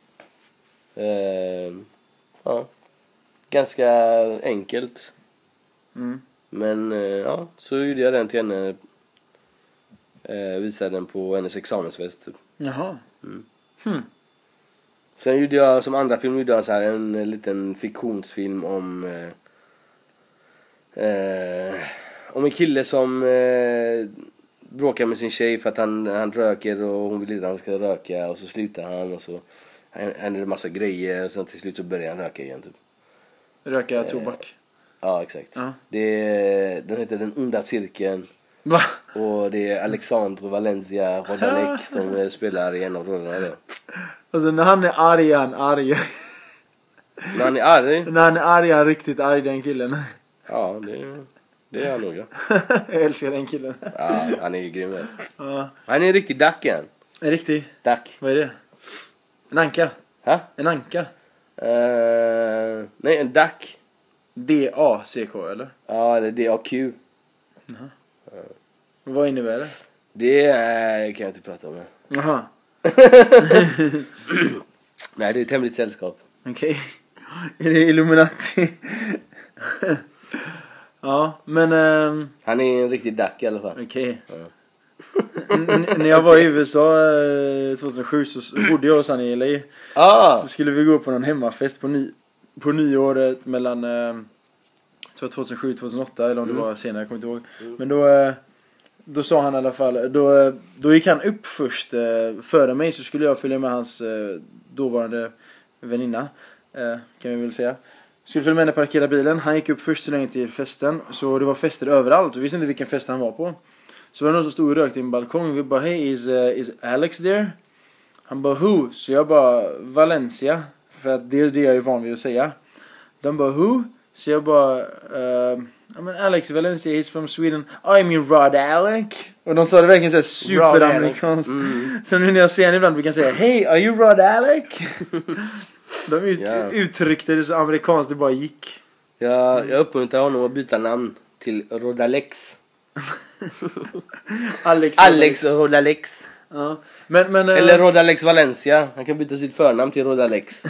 Eh, ja. Ganska enkelt. Mm. Men eh, ja, så gjorde jag den till henne. Eh, visade den på hennes examensfest typ. Jaha. Mm. Hmm. Sen gjorde jag som andra film gjorde jag så här en liten fiktionsfilm om eh, eh, om en kille som eh, bråkar med sin tjej för att han, han röker och hon vill inte att han ska röka, och så slutar han och så händer det massa grejer och sen till slut så börjar han röka igen typ. Röka Eh, tobak. Ja, exakt. Ja. Det, den heter Den onda cirkeln. Va? Och det är Alexandre Valencia Rodalek som eh, spelar i en av rollerna där. Alltså när han är arg är han arg. När han är arg? När han är arg är han riktigt arg, den killen. Ja, det, det är han nog. Ja. Jag älskar den killen. Ja, han är ju grym. Ja. Han är en riktig dacken. En riktig? Dack. Vad är det? En anka? Ha? En anka? Uh, nej, en dack. D A C K eller? Ja, eller D A Q. Uh-huh. Uh. Vad innebär det? Det uh, kan jag inte prata om. Jaha. Nej, det är ett hemligt sällskap. Okej. Okay. Är det Illuminati? Ja, men... Um... Han är en riktig dack i alla fall. Okej. Okay. Ja. N- när jag var i U S A eh, tjugohundrasju så bodde jag hos han i L A. Ah. Så skulle vi gå på någon hemmafest på, ny- på nyåret mellan eh, tjugohundrasju tjugohundraåtta eller om det Mm. var senare, jag kommer inte ihåg. Mm. Men då, eh, då sa han i alla fall, då, eh, då gick han upp först. Eh, före mig så skulle jag följa med hans eh, dåvarande väninna, eh, kan vi väl säga. Skulle följa med henne, parkera bilen. Han gick upp först så länge till festen. Så det var fester överallt. Vi visste inte vilken fest han var på. Så var det någon som stod och rökte i en balkong. Vi bara, hey, is, uh, is Alex there? Han bara, who? Så jag bara, Valencia. För att det är det jag är van vid att säga. De bara, who? Så jag bara, uh, I mean Alex Valencia, he's from Sweden. Oh, I mean Rod Alec. Och de sa det verkligen såhär superamerikanskt. Mm. Så nu när jag ser henne ibland vi kan säga, hey, are you Rod Alec? De ut- yeah. uttryckte det så amerikanskt det bara gick. Ja, jag uppmuntrar honom att byta namn till Rodalex. Alex, Alex och Rodalex. Ja. Men, men, eller Rodalex Valencia. Han kan byta sitt förnamn till Rodalex.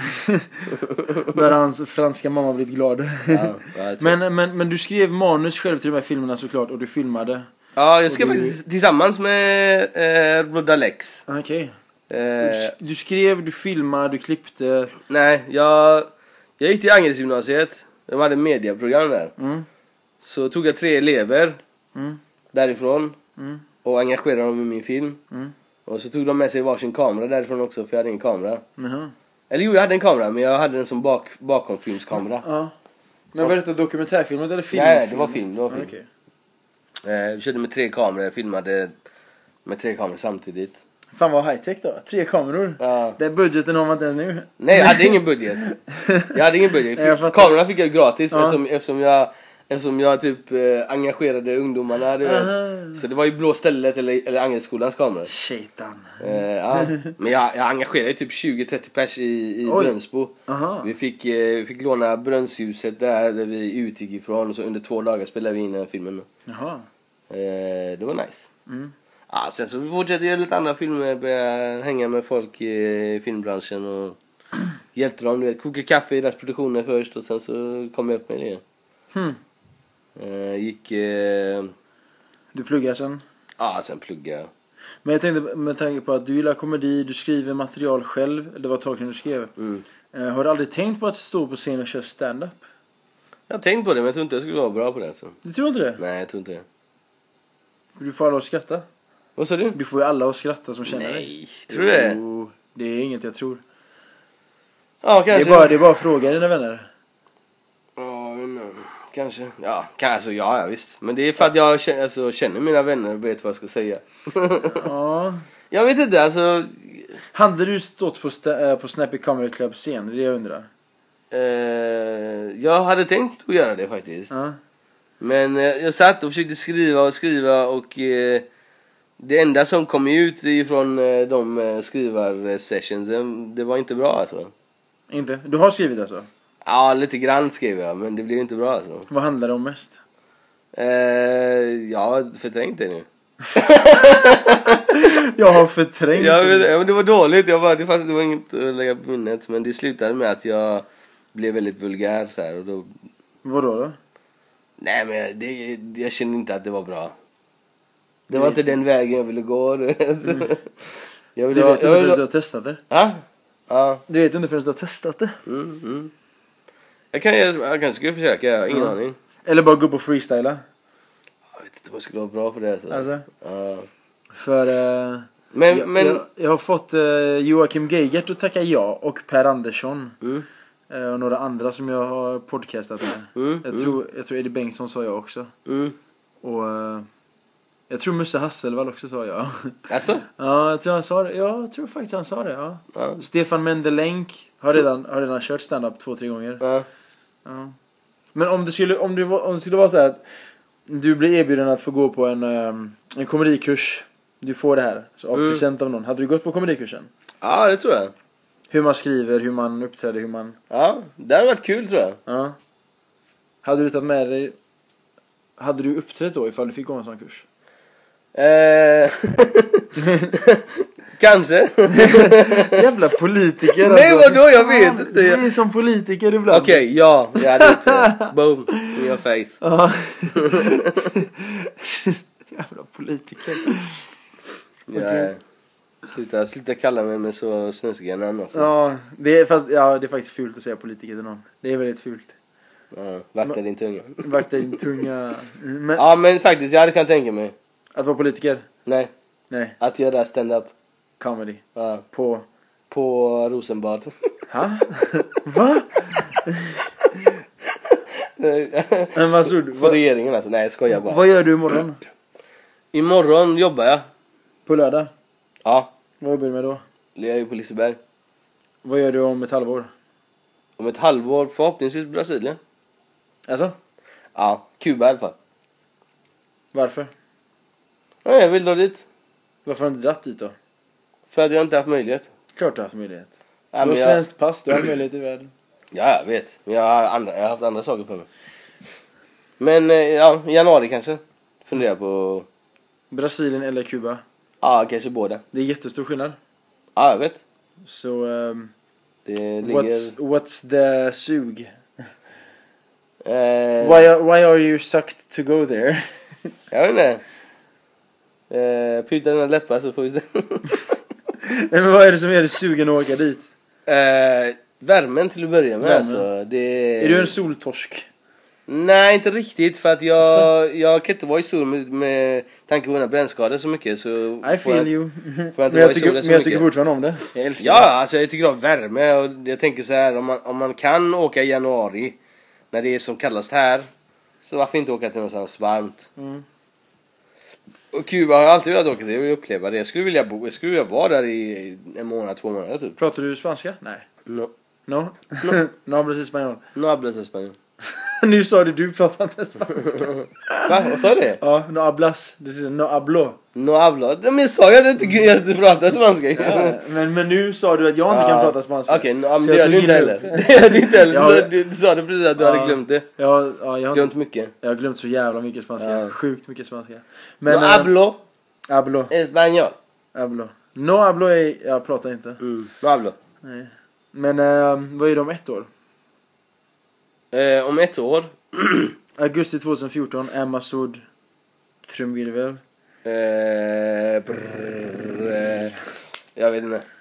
Där hans franska mamma blivit glad. Ja, men, men, men du skrev manus själv till de här filmerna såklart. Och du filmade. Ja, jag skrev du... faktiskt tillsammans med eh, Rodalex. Okej okay. eh... du, du skrev, du filmade, du klippte. Nej, jag, jag gick till Angeredsgymnasiet. De hade mediaprogram där. Mm. Så tog jag tre elever mm. därifrån mm. och engagerade dem i min film. Mm. Och så tog de med sig varsin kamera därifrån också, för jag hade ingen kamera. Mm. Eller jo, jag hade en kamera, men jag hade den som bak, bakomfilmskamera. Ja. Men var det dokumentärfilm eller film? Nej, det var film. Det var film. Ah, okay. eh, vi körde med tre kameror, jag filmade med tre kameror samtidigt. Fan vad high-tech då, tre kameror. Ja. Den budgeten har man inte ens nu. Nej, jag hade ingen budget. Jag hade ingen budget. Fick, kamerorna fick jag gratis, ja. eftersom, eftersom jag Eftersom jag typ eh, engagerade ungdomarna, du vet. Så det var ju Blå stället eller, eller Angelsskolans kamera. Shaitan. Eh, ja. Men jag, jag engagerade typ tjugo trettio pers i, i Brunnsbo. Vi fick, eh, vi fick låna Brunnshuset där, där vi utgick ifrån. Och så under två dagar spelade vi in den filmen. Jaha. Eh, det var nice. Mm. Ja, sen så fortsatte jag lite andra filmer. Började hänga med folk i filmbranschen. Och hjälpte dem, du vet. Koka kaffe i deras produktioner först. Och sen så kom jag upp med det. Hmm. Uh, gick uh... Du pluggar sen? Ja, sen pluggar jag. Men jag tänkte med tanke på att du gillar komedi, du skriver material själv. Det var ett tag sedan du skrev. Mm. uh, Har du aldrig tänkt på att stå på scen och köra stand-up? Jag har tänkt på det, men jag tror inte jag skulle vara bra på det så. Du tror inte det? Nej, jag tror inte det. Du får alla att skratta. Vad sa du? Du får ju alla att skratta som känner Nej, dig. Nej, tror du det? Jo, det är inget jag tror. Ja, kanske. Det är bara, det är bara att fråga dina vänner. Ja, no. Kanske. Ja, kanske, ja, ja, visst. Men det är för att jag känner, alltså, känner mina vänner och vet vad jag ska säga. Ja. Jag vet inte, alltså... Hade du stått på, sta- på Snappy Comedy Club scen? Det är det jag undrar. Uh, jag hade tänkt att göra det faktiskt. Ja. Men uh, jag satt och försökte skriva och skriva och... Uh, det enda som kom ut ifrån uh, de uh, skrivarsessions, det var inte bra alltså. Inte? Du har skrivit alltså? Ja, lite grann skrev jag, men det blev inte bra alltså. Vad handlar det om mest? Eh, jag har förträngt det nu. Jag har förträngt jag vet, ja, men det var dåligt. Jag bara, det, fanns, det var inget att lägga på minnet. Men det slutade med att jag blev väldigt vulgär så här, och då... Vadå då? Nej, men det, jag kände inte att det var bra. Det var inte den vägen jag ville gå. Mm. jag ville du ha, vet inte jag ville... förrän du har testat det. Ja? Ja. Du vet inte förrän du har testat det. Mm, mm. Jag, kan, jag, jag kanske skulle försöka, jag har ingen ja. aning. Eller bara gå på freestyla. Jag vet inte om jag skulle vara bra för det. Så. Alltså? Ja. För... Uh, men, jag, men... Jag, jag har fått uh, Joakim Geigert att tacka ja. Och Per Andersson. Mm. Uh, och några andra som jag har podcastat med. Mm, jag, mm. tror, jag tror Eddie Bengtsson sa jag också. Mm. Och... Uh, jag tror Musse Hasselvall också sa jag. Alltså? Ja, jag tror han sa det. Ja, jag tror faktiskt han sa det, ja. Ja. Stefan Mendelänk har redan, har redan kört stand-up två, tre gånger. Ja. Ja. Men om det skulle, om det, var, om det skulle vara så här att du blir erbjuden att få gå på en, um, en komedikurs. Du får det här så av Mm. present av någon. Hade du gått på komedikursen? Ja, det tror jag. Hur man skriver, hur man uppträder, hur man... Ja, det hade varit kul tror jag. Ja. Hade du tagit med dig... Hade du uppträtt då ifall du fick gå en sån kurs? Eh... Kanske. Jävla politiker. Nej, alltså. vadå? Jag vet inte. Du är som politiker ibland. Okej, okay, ja. Jag hade gjort det. Boom. In your face. Ja. Jävla politiker. Ja, Okej. sluta, sluta kalla mig med så snuskiga namn också. Ja, det är, fast, ja, det är faktiskt fult att säga politiker till någon. Det är väldigt fult. Ja, vakta din tunga. Vakta din tunga. Men, Ja, men faktiskt, jag hade kunnat tänka mig. att vara politiker? Nej, Nej, att göra stand-up. comedy. Ja, På... på Rosenbad. Ha? Va? Men Masud, För vad, regeringen alltså. Nej, jag skojar bara. vad gör du imorgon? Imorgon jobbar jag. På lördag? Ja, Vad jobbar du med då? jag är ju på Liseberg. Vad gör du om ett halvår? Om ett halvår förhoppningsvis Brasilien. Alltså? Ja, Kuba i alla fall. Varför? Ja, jag vill dra dit. Varför har du inte dratt dit då? För att jag inte haft möjlighet. Klart du har haft möjlighet. Ja, Du har men jag... svenskt pass, du har möjlighet i världen. ja, jag vet. Men jag har, andra, jag har haft andra saker för mig. Men eh, ja, i januari kanske. Funderar på... Brasilien eller Kuba? Ja, kanske båda. Det är jättestor skillnad. Ja, jag vet. Så... Um, Det ligger... what's, what's the sug? Eh, Why, are- why are you sucked to go there? Jag vet inte. Eh, Pyta dina läppar så får vi se. Nej, men vad är det som gör dig sugen att åka dit? eh, Värmen till att börja med. Värmen. Alltså, det... Är du en soltorsk? Nej, inte riktigt. För att jag, Så. jag kan inte vara i sol med, med tanke på mina brännskador så mycket. Så I får feel jag, you. Får jag inte Men vara jag i tycker, solen men så jag mycket. tycker fortfarande om det. Jag älskar Ja, alltså jag tycker om värme. Och jag tänker så här, om man, om man kan åka i januari när det är som kallast här, så varför inte åka till någonstans varmt? Mm. Och Kuba har jag alltid velat åka till. Jag vill uppleva det. Jag skulle vilja bo, jag skulle vilja vara där i en månad, två månader typ. Pratar du spanska? Nej. No, No? No, no hablas español. no hablas español. Nu sa du, du pratar inte spanska. Va? Vad sa du? Ja, no hablas. Du säger no hablo. No hablo. Men jag sa ju att jag inte, jag inte pratar spanska. Ja, men, men nu sa du att jag inte kan Ja. prata spanska. Okej, no, men Så det jag gör du tog inte illa heller. upp. Det gör du inte heller. Ja. Du, sa- du, du sa det precis att du Ja. hade glömt det. Ja, ja, jag, har Glömt inte, mycket. jag har glömt så jävla mycket spanska. Ja. Sjukt mycket spanska. Men, Men, no eh, hablo hablo. español. Hablo. No hablo är, jag pratar inte. Mm. No hablo. Nej. Men eh, vad är det om ett år? Eh, om ett år. Augusti tjugohundrafjorton är Masud trumvirvel. Eh, brr, eh, jag vet inte.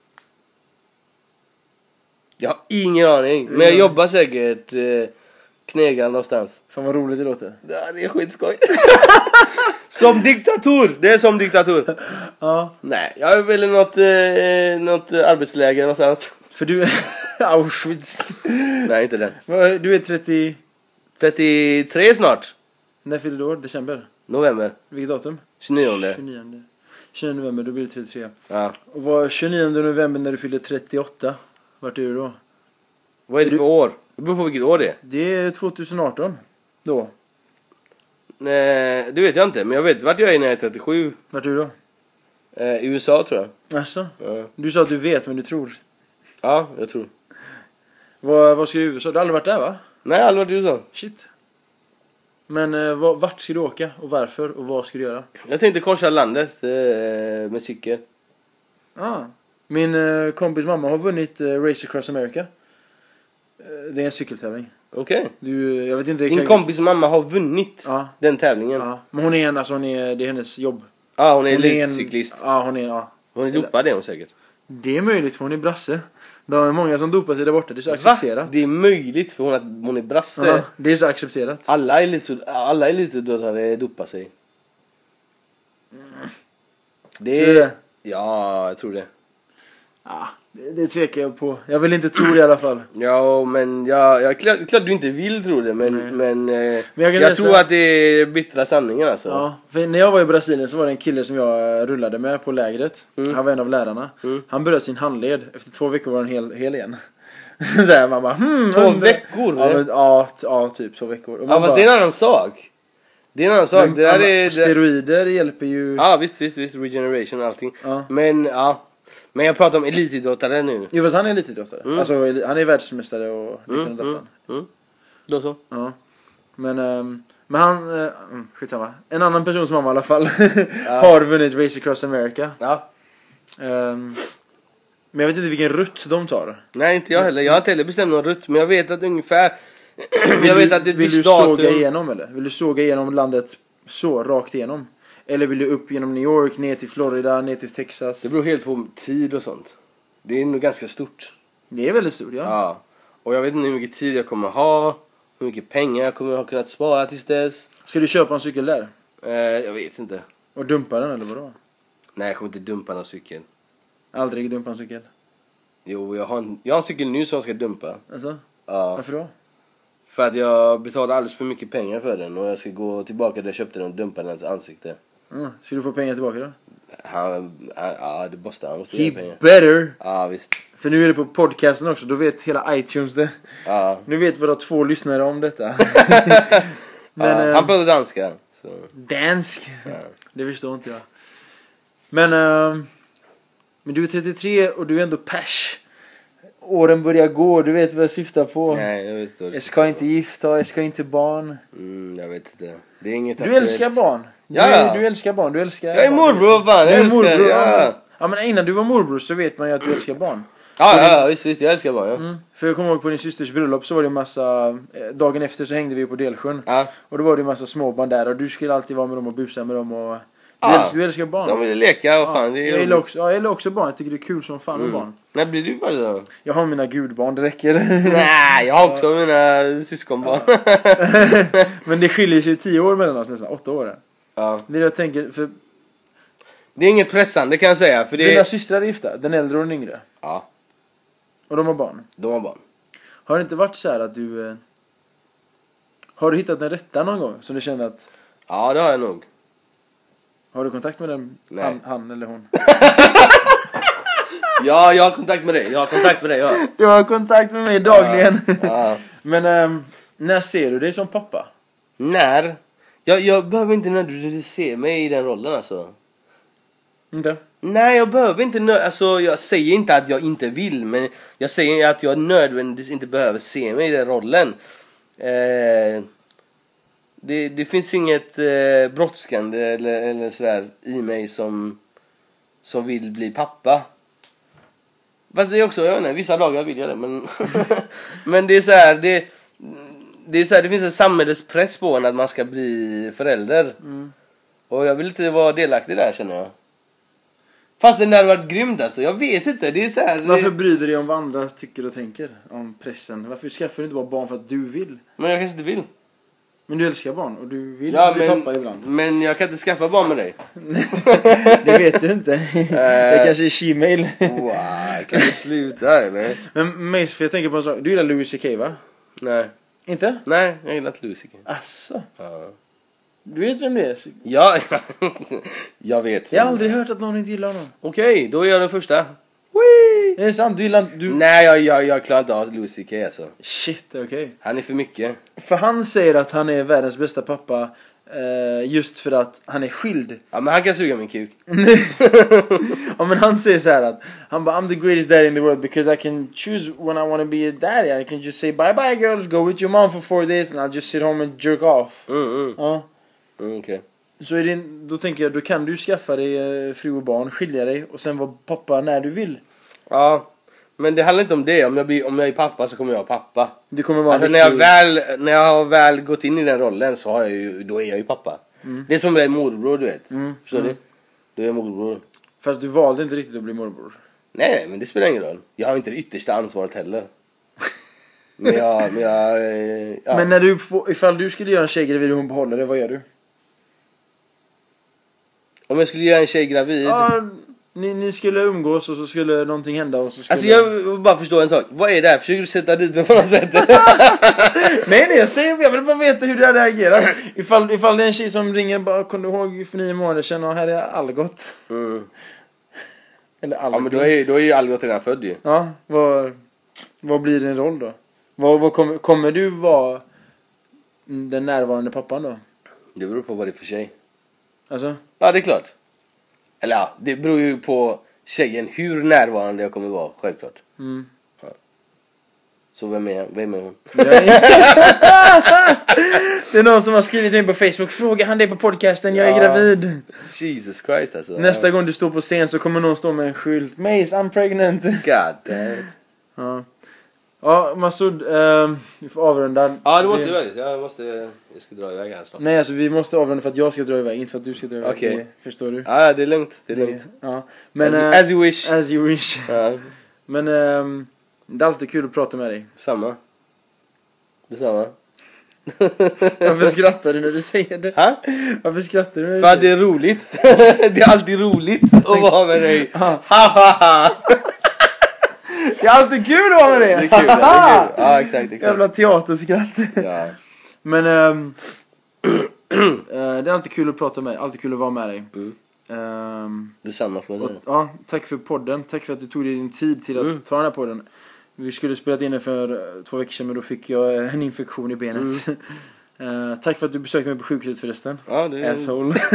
Jag har ingen aning. Men jag jobbar säkert eh, knegar någonstans. Fan vad roligt det låter. Ja, det är skitskoj. Som diktator. Det är som diktator. Ja. Nej, jag är väl i något, eh, något arbetsläger någonstans. För du Auschwitz. Nej, inte den. Vad- Du är trettio. trettiotre snart. När fyller du år? December. November. Vilket datum? tjugonionde. tjugonionde. tjugonionde november, då blir det trettiotre. Ja. Och vad tjugonionde november när du fyller trettioåtta? Vart är du då? Vad är det för år? Det beror på vilket år det är. Det är tjugoarton. Då. Nej, det vet jag inte. Men jag vet vart jag är när jag är trettiosju. Vart är du då? Eh, I U S A tror jag. Alltså? Ja, Du sa att du vet men du tror. ja jag tror. Vad, vad ska du i U S A? Du har aldrig varit där va? Nej, jag har aldrig varit i U S A. Shit. Men eh, var, vart ska du åka? Och varför? Och vad ska du göra? Jag tänkte korsa landet eh, med cykel. Ah, min eh, kompis mamma har vunnit eh, Race Across America. Eh, det är en cykeltävling. Okej. Okay. Du, jag vet inte Din kompis mamma har vunnit ja. den tävlingen. Ja. Men hon är en, alltså hon är, det är hennes jobb. Ja, ah, hon är hon elitcyklist. Ja, hon är, ja. Hon är dopad, det är hon säkert. Det är möjligt för hon är brasse. Det är många som dopar sig där borta, det är så accepterat. Va? Det är möjligt för hon att hon är brasse. Ja, det är så accepterat. Alla elit, alla elitidrottare dopar sig. Mm. Det är... Tror du det? Ja, jag tror det. Ja, det, det tvekar jag på. Jag vill inte tro det i alla fall. Ja, men jag, jag klart, klart du inte vill tro det, men, men, eh, men jag, jag läsa... tror att det är bittra sanningen alltså. Ja, för när jag var i Brasilien så var det en kille som jag rullade med på lägret. Mm. Han var en av lärarna. Mm. Han bröt sin handled. Efter två veckor var han hel, hel igen. Så här, man bara, hmm, två veckor? Ja, men, ja, t- ja, typ två veckor. Och ja, fast bara, det är en annan sak. Det är en annan sak. Men, det där är, steroider det... hjälper ju. Ja, visst, visst, visst. Regeneration och allting. Ja. Men, ja. Men jag pratar om elitidrottare nu. Jo, fast han är elitidrottare. Mm. Alltså, han är världsmästare och mm, liknande mm, mm. Då så. Ja. Men, um, men han, uh, skitsamma. En annan person som han i alla fall ja. har vunnit Race Across America. Ja. Um, men jag vet inte vilken rutt de tar. Nej, inte jag heller. Jag har inte heller bestämt någon rutt. Men jag vet att ungefär... jag vet att det är vill du datum... såga igenom eller? Vill du såga igenom landet så, rakt igenom? Eller vill du upp genom New York, ner till Florida, ner till Texas? Det beror helt på tid och sånt. Det är nog ganska stort. Det är väldigt stort, ja. Ja. Och jag vet inte hur mycket tid jag kommer ha. Hur mycket pengar jag kommer ha kunnat spara tills dess. Ska du köpa en cykel där? Eh, jag vet inte. Och dumpa den eller vadå? Nej, jag kommer inte dumpa någon cykel. Aldrig dumpa en cykel? Jo, jag har en, jag har en cykel nu som jag ska dumpa. Alltså? Ja. Varför då? För att jag betalade alldeles för mycket pengar för den. Och jag ska gå tillbaka där jag köpte den och dumpa dens ansikte. Mm. Ska du få pengar tillbaka då? Han, han, ja, det måste han. Måste He pengar. better! Ja, visst. För nu är det på podcasten också. Då vet hela iTunes det. Ja. Nu vet vi att två lyssnare om detta. Men, ja, äh, han pratar danska. Så. Dansk? Ja. Det förstår inte jag. Men, äh, men du är trettiotre och du är ändå pers. Åren börjar gå, du vet vad jag syftar på. Nej, jag vet inte. Jag ska inte gifta, jag ska inte barn. Mm, jag vet inte. Det är inget du aktuellt. älskar barn. Du, ja. är, du älskar barn, du älskar... Jag är morbror, fan. Jag du är älskar, morbror, ja. Ja, men innan du var morbror så vet man ju att du älskar barn. Ja, ja, ja, visst, visst, jag älskar barn, ja. Mm. För jag kommer ihåg på din systers bröllop så var det en massa... Eh, dagen efter så hängde vi på Delsjön. Ja. Och då var det en massa småbarn där och du skulle alltid vara med dem och busa med dem och... Du, ja. älskar, du älskar barn. De vill leka, vad fan. Ja. Det är jag, gillar också, ja, jag gillar också barn, jag tycker det är kul som fan med mm. barn. När blir du bara då? Jag har mina gudbarn, det räcker. Nej, jag har också ja. mina syskonbarn. Men det skiljer sig tio år mellan oss nästan, åtta år. Ja. Det är det jag tänker, för... Det är inget pressande kan jag säga. För det Dina är... systrar är gifta, den äldre och den yngre. Ja. Och de har barn. De har barn. Har det inte varit så här att du... Eh... Har du hittat den rätta någon gång? Som du känner att... Ja, det har jag nog. Har du kontakt med den? Nej. Han, han eller hon? Ja, jag har kontakt med dig. Jag har kontakt med dig, ja. Du har kontakt med mig dagligen. Ja. Ja. Men ähm, när ser du dig som pappa? När? Jag, jag behöver inte nödvändigtvis se mig i den rollen alltså. Inte? Nej, jag behöver inte nö- alltså jag säger inte att jag inte vill, men jag säger att jag nödvändigtvis inte behöver se mig i den rollen. Eh, det, det finns inget eh, brådskande eller, eller sådär i mig som som vill bli pappa. Fast det är också, jag vet inte, vissa dagar vill jag det, men men det är så här, det det är så här, det finns en samhällspress på en att man ska bli förälder. Mm. Och jag vill inte vara delaktig där, känner jag. Fast den där har varit grymt alltså. Jag vet inte, det är så här. Varför bryr du dig om vad andra tycker och tänker om pressen? Varför skaffar du inte bara barn för att du vill? Men jag kanske inte vill. Men du älskar barn och du vill ja, bli men, pappa ibland. Men jag kan inte skaffa barn med dig. Det vet du inte. Det kanske är Gmail. Wow, kan du sluta eller? Men mest för jag tänker på en sak. Du gillar Louis C K, va? Nej. Inte? Nej, jag gillar inte Louis C K. Asså? Ja. Du vet vem det är? Ja, jag vet. Jag har aldrig hört att någon inte gillar honom. Okej, okay, då är jag den första. Whee! Är det sant? Du gillar du... Nej, jag, jag, jag klarar inte av Louis C K alltså. Shit, okej. Okay. Han är för mycket. För han säger att han är världens bästa pappa Uh, just för att han är skild. Ja, men han kan suga min kuk. Ja, men han säger så här att han bara, I'm the greatest daddy in the world because I can choose when I want to be a daddy. I can just say bye bye girls, go with your mom for four days and I'll just sit home and jerk off. Mm, mm. Ja. Mm, okej. Okay. Så är det, då tänker jag, då kan du skaffa dig uh, fru och barn, skilja dig och sen vara pappa när du vill. Ja. Men det handlar inte om det. Om jag, blir, om jag är pappa så kommer jag vara pappa. Det kommer vara alltså, riktigt... när, jag väl, när jag har väl gått in i den rollen så har jag ju, då är jag ju pappa. Mm. Det är som jag är morbror, du vet. Mm. Förstår mm. du? Då är jag morbror. Fast du valde inte riktigt att bli morbror. Nej, men det spelar ingen roll. Jag har inte det yttersta ansvaret heller. Men jag... Men, jag, ja. Men när du får, ifall du skulle göra en tjej gravid och hon behåller det, vad gör du? Om jag skulle göra en tjej gravid... Ja, ni, ni skulle umgås och så skulle någonting hända och så skulle... Alltså jag vill bara förstå en sak. Vad är det här? Försöker du sätta dit mig på något sätt? Nej, nej, jag säger, jag vill bara veta hur du hade agerat. Ifall, ifall det är en tjej som ringer, bara, kom du ihåg för nio månader sedan och här är Algot. Mm. Eller Algot. Ja, men då är, då är ju Algot redan född ju. Ja, vad, vad blir din roll då? Vad, vad kommer, kommer du vara den närvarande pappan då? Det beror på vad det är för tjej. Alltså? Ja, det är klart. Eller ja, det beror ju på tjejen hur närvarande jag kommer vara, självklart. Mm. Ja. Så vem är, vem är hon? Det är någon som har skrivit in på Facebook. Fråga han det på podcasten, jag är ja. gravid. Jesus Christ alltså. Nästa ja. gång du står på scen så kommer någon stå med en skylt. Mace, I'm pregnant. God damn it. Ja. Ja, Masoud, uh, vi får avrunda. Ja, det måste vi faktiskt. Jag måste, jag ska dra iväg här snart. Nej, alltså vi måste avrunda för att jag ska dra iväg, inte för att du ska dra iväg. Okej. Okay. Förstår du? Ja, det är lugnt. Det är lugnt. Ja. Men, as, uh, as you wish. As you wish. Ja. Men um, det är alltid kul att prata med dig. Samma. Detsamma. Varför skrattar du när du säger det? Ha? Varför skrattar du när du För säger det? det är roligt. Det är alltid roligt att vara med dig. Ha ha ha. Det är alltid kul att vara med dig. Det är kul, det är kul. Ja, exakt, exakt. Jävla teaterskratt. Ja. Men um, uh, det är alltid kul att prata med dig. Alltid kul att vara med dig. Mm. Um, Det är samma för mig. Ja, tack för podden. Tack för att du tog dig din tid till att mm. ta den här podden. Vi skulle spela in den för två veckor sedan, men då fick jag en infektion i benet. Mm. uh, tack för att du besökte mig på sjukhuset förresten. Ja, det är... Asshole. What?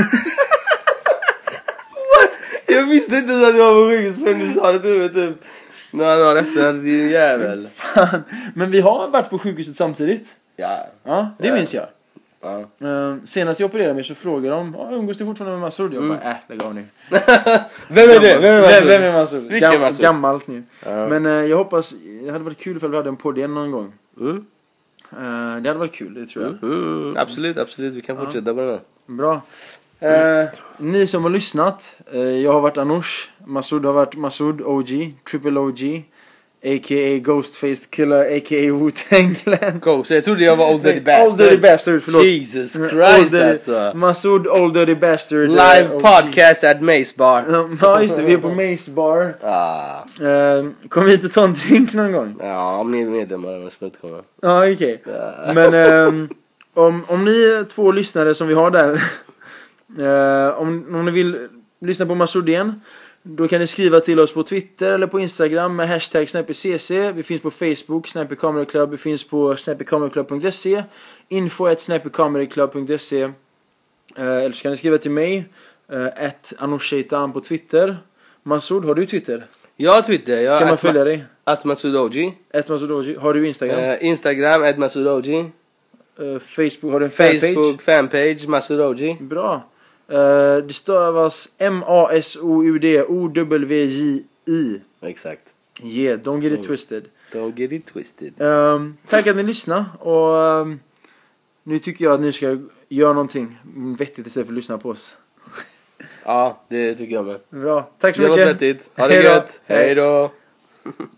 Jag visste inte att jag var på sjukhuset förrän du sa det till mig typ några dagar efter, din jävel. Fan. Men vi har varit på sjukhuset samtidigt. Ja. Ja, det ja. minns jag. Ja. Uh, senast jag opererade mig så frågade de, oh, umgås du fortfarande med Masoud? Jag mm. bara, äh, lägg av nu. Vem är det? Vem är Masoud? Vem är Masoud? Vilken Gam- Masoud? Gammalt nu. Ja. Men uh, jag hoppas, det hade varit kul ifall vi hade en podd igen någon gång. Mm. Uh, det hade varit kul, det tror jag. Mm. Mm. Absolut, absolut. Vi kan fortsätta med det. Bra. Uh, ni som har lyssnat, uh, jag har varit Anush, Masoud har varit Masoud O G, Triple O G, a k a. Ghostfaced Killer, a k a. Wu-Tang Clan. Ghost, jag trodde jag var Old Dirty Bastard. Old Dirty Bastard, förlåt. Jesus Christ alltså. Masoud Old Dirty Bastard. Live uh, podcast at Mace Bar. Ja, just det, vi är på Mace Bar. Ah. Uh, kom hit och ta en drink någon gång. Ja, om ni är medlemmar annars får inte komma. Ja, okej. Okay. Ah. Men um, om, om ni är två lyssnare som vi har där, uh, om, om ni vill lyssna på Masoud igen, då kan ni skriva till oss på Twitter eller på Instagram med hashtag snappycc. Vi finns på Facebook, Snappy Comedy Club. Vi finns på snappy comedy club punkt se, info at snappy comedy club punkt se. uh, Eller så kan ni skriva till mig uh, at anushaitan på Twitter. Masoud, har du Twitter? Jag har Twitter. Jag kan man följa dig? At Masoud O G. At Masoud O G. Har du Instagram? Uh, Instagram at Masoud O G. Uh, Facebook, har du en fanpage? Facebook fanpage Masoud O G. Bra. Uh, det stavas M A S O U D O W J I. Exakt. Yeah, don't get it twisted. Don't get it twisted. Um, tack att ni lyssnade. Och um, nu tycker jag att ni ska göra någonting vettigt istället för att lyssna på oss. Ja, det tycker jag med. Bra, tack så Gör mycket. Något vettigt. Ha det gött. Hej då.